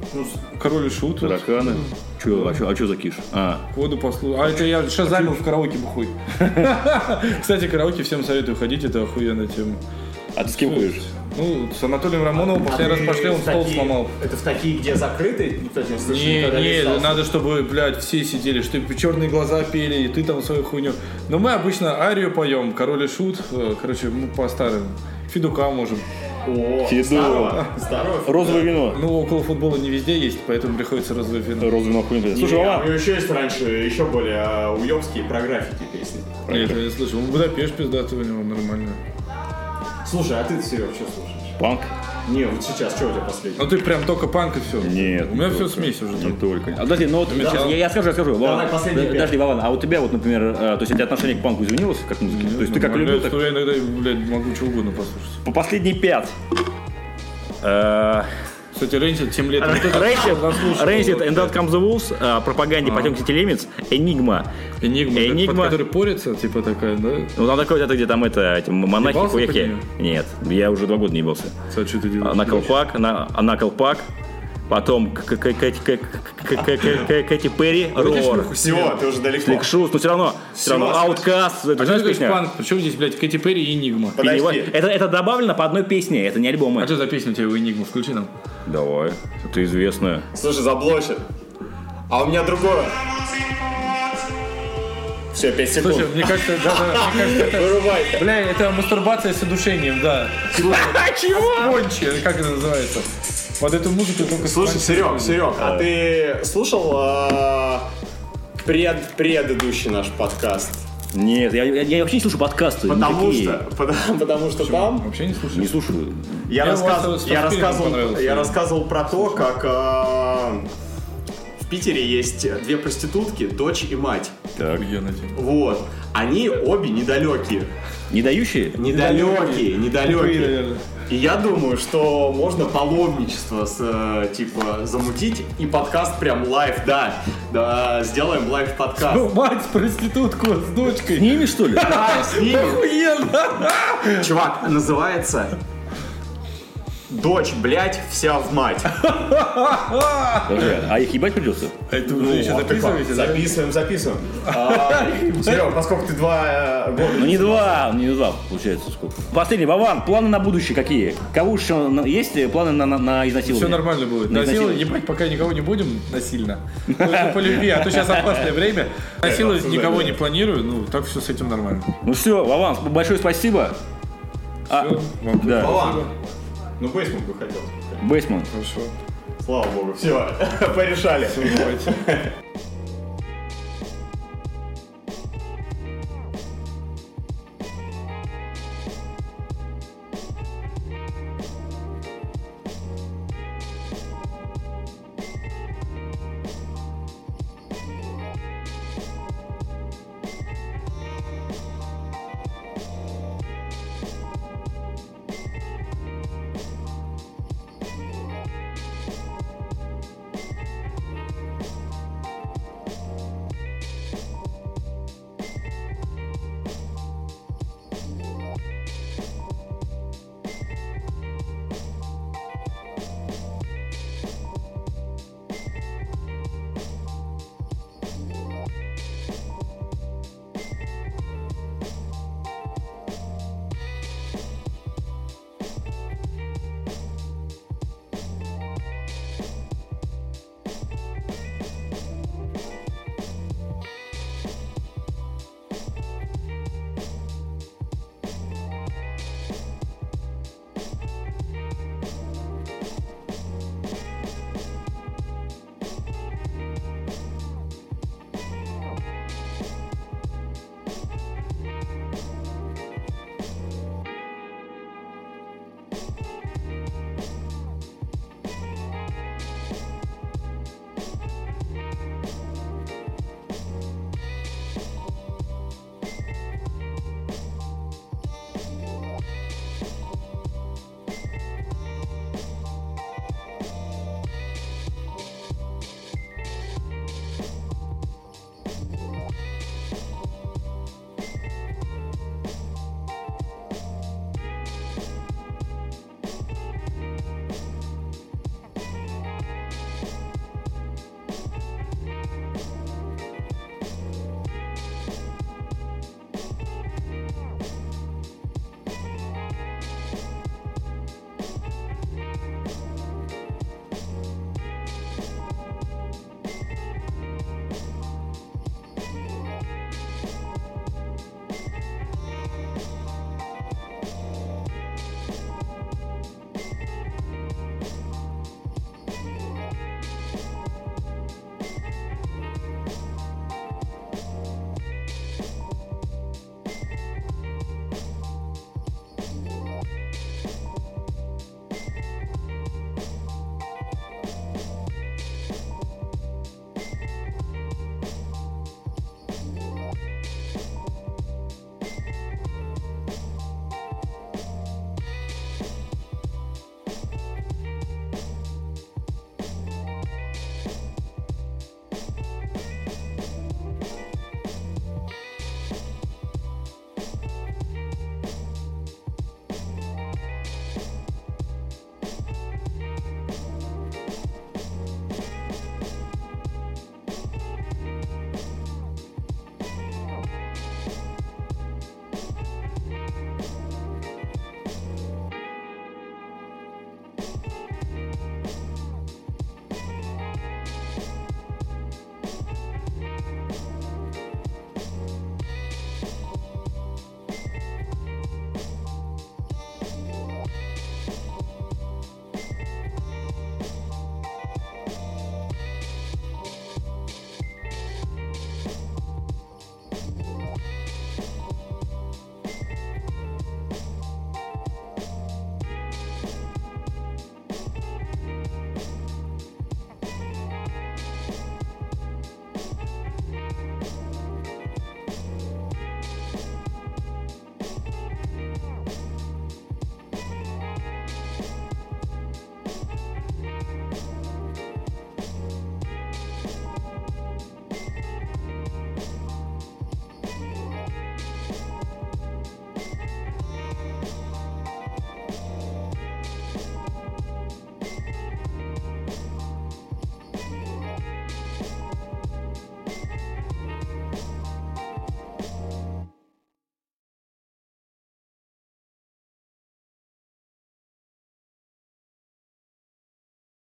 Король и Шут. Тараканы. А чё за киш? Воду послушал. А это я шазамил в караоке бухой. Кстати, караоке всем советую ходить, это охуенная тема. А ты с кем ходишь? Ну, с Анатолием Романовым последний раз пошли, он стол сломал. Это в такие, где закрыты? Никто не слышит, никогда не Не, остался? надо, чтобы, блядь, все сидели, чтобы черные глаза пели, и ты там свою хуйню. Но мы обычно арию поем, Король и Шут, короче, мы по старым. Федука можем. О, Фиду. здорово. Розовое вино. Ну, около футбола не везде есть, поэтому приходится розовое вино. Розовое вино охуенно. Слушай, Не, у Вован, него еще есть раньше еще более уебские про граффити песни. Я этого не слышал. Ну, Будапешт пиздатый у него нормально. Слушай, а ты, Серег, что слушаешь? панк? Не, вот сейчас, что у тебя последнее? Ну ты прям только панк и все. Нет. У меня не все только. смесь уже Не там. только. Подожди, ну вот Да. я скажу. Давай, последний пять. Подожди, Вован, а у тебя вот, например, то есть у тебя отношение к панку изменилось как музыке? То есть ты как Нормально, любил, так что я иногда, блядь, могу что угодно послушать. по последние 5. Кстати, Рейнсид 7 лет. Вот это заслушал. Rancid and That Comes the Wolves, пропаганде потемки телемец, Энигма. Энигма, под который порится, типа такая, да? Ну там такой, это где там эти монахи, Ебался под хуяки. неё? Нет, я уже 2 года не ебался. Кстати, что ты делаешь? Наколпак, потом Кэти Перри, Роар, Все, ты уже далеко. Сликшус, но все равно Ауткаст, это А знаешь что здесь песня? панк? Причем здесь, блядь, Кэти Перри и Энигма? Подожди. Это добавлено по одной песне, это не альбомы. А что за песня у тебя у Энигмы? Включи нам. Давай, это известная. Слушай, заблочит. А у меня другое. Все, 5 секунд. Слушай, мне кажется, это... Вырубай. Бля, это мастурбация с удушением, да. Чего? Кончи, как это называется? Под эту музыку только... Слушай, Серег, а ты слушал предыдущий наш подкаст? Нет, я вообще не слушаю подкасты. Потому никакие. что там Вообще не слушаю. Не слушаю. я Мне Стас понравился. рассказывал про то, как в Питере есть 2 проститутки, дочь и мать. Так. Охуенная тема. Вот. Они обе недалекие. Не дающие? Недалекие. наверное. И я думаю, что можно паломничество замутить и подкаст прям лайв, да, сделаем лайв подкаст. Ну, мать, проститутку с дочкой. С ними, что ли? Да, с ними. Охуенно. Чувак, называется «Дочь, блядь, вся в мать». Подожди, а их ебать придется? Это уже еще Вот ты как? записываете, да? Записываем. Серег, поскольку ты 2 года... Ну не два, получается сколько. Последний, Вован, планы на будущее какие? Кого еще есть планы на изнасилование? Все нормально будет. На Насиловать, изнасилование. ебать, пока никого не будем насильно. Только по любви, а то сейчас опасное время. Насиловать никого не планирую, ну так все с этим нормально. Ну все, Вован, большое спасибо. Всё, вам да. Ладно. Ну, Бейсман бы хотел. Бейсман. хорошо. Слава богу. Все, порешали. Давайте.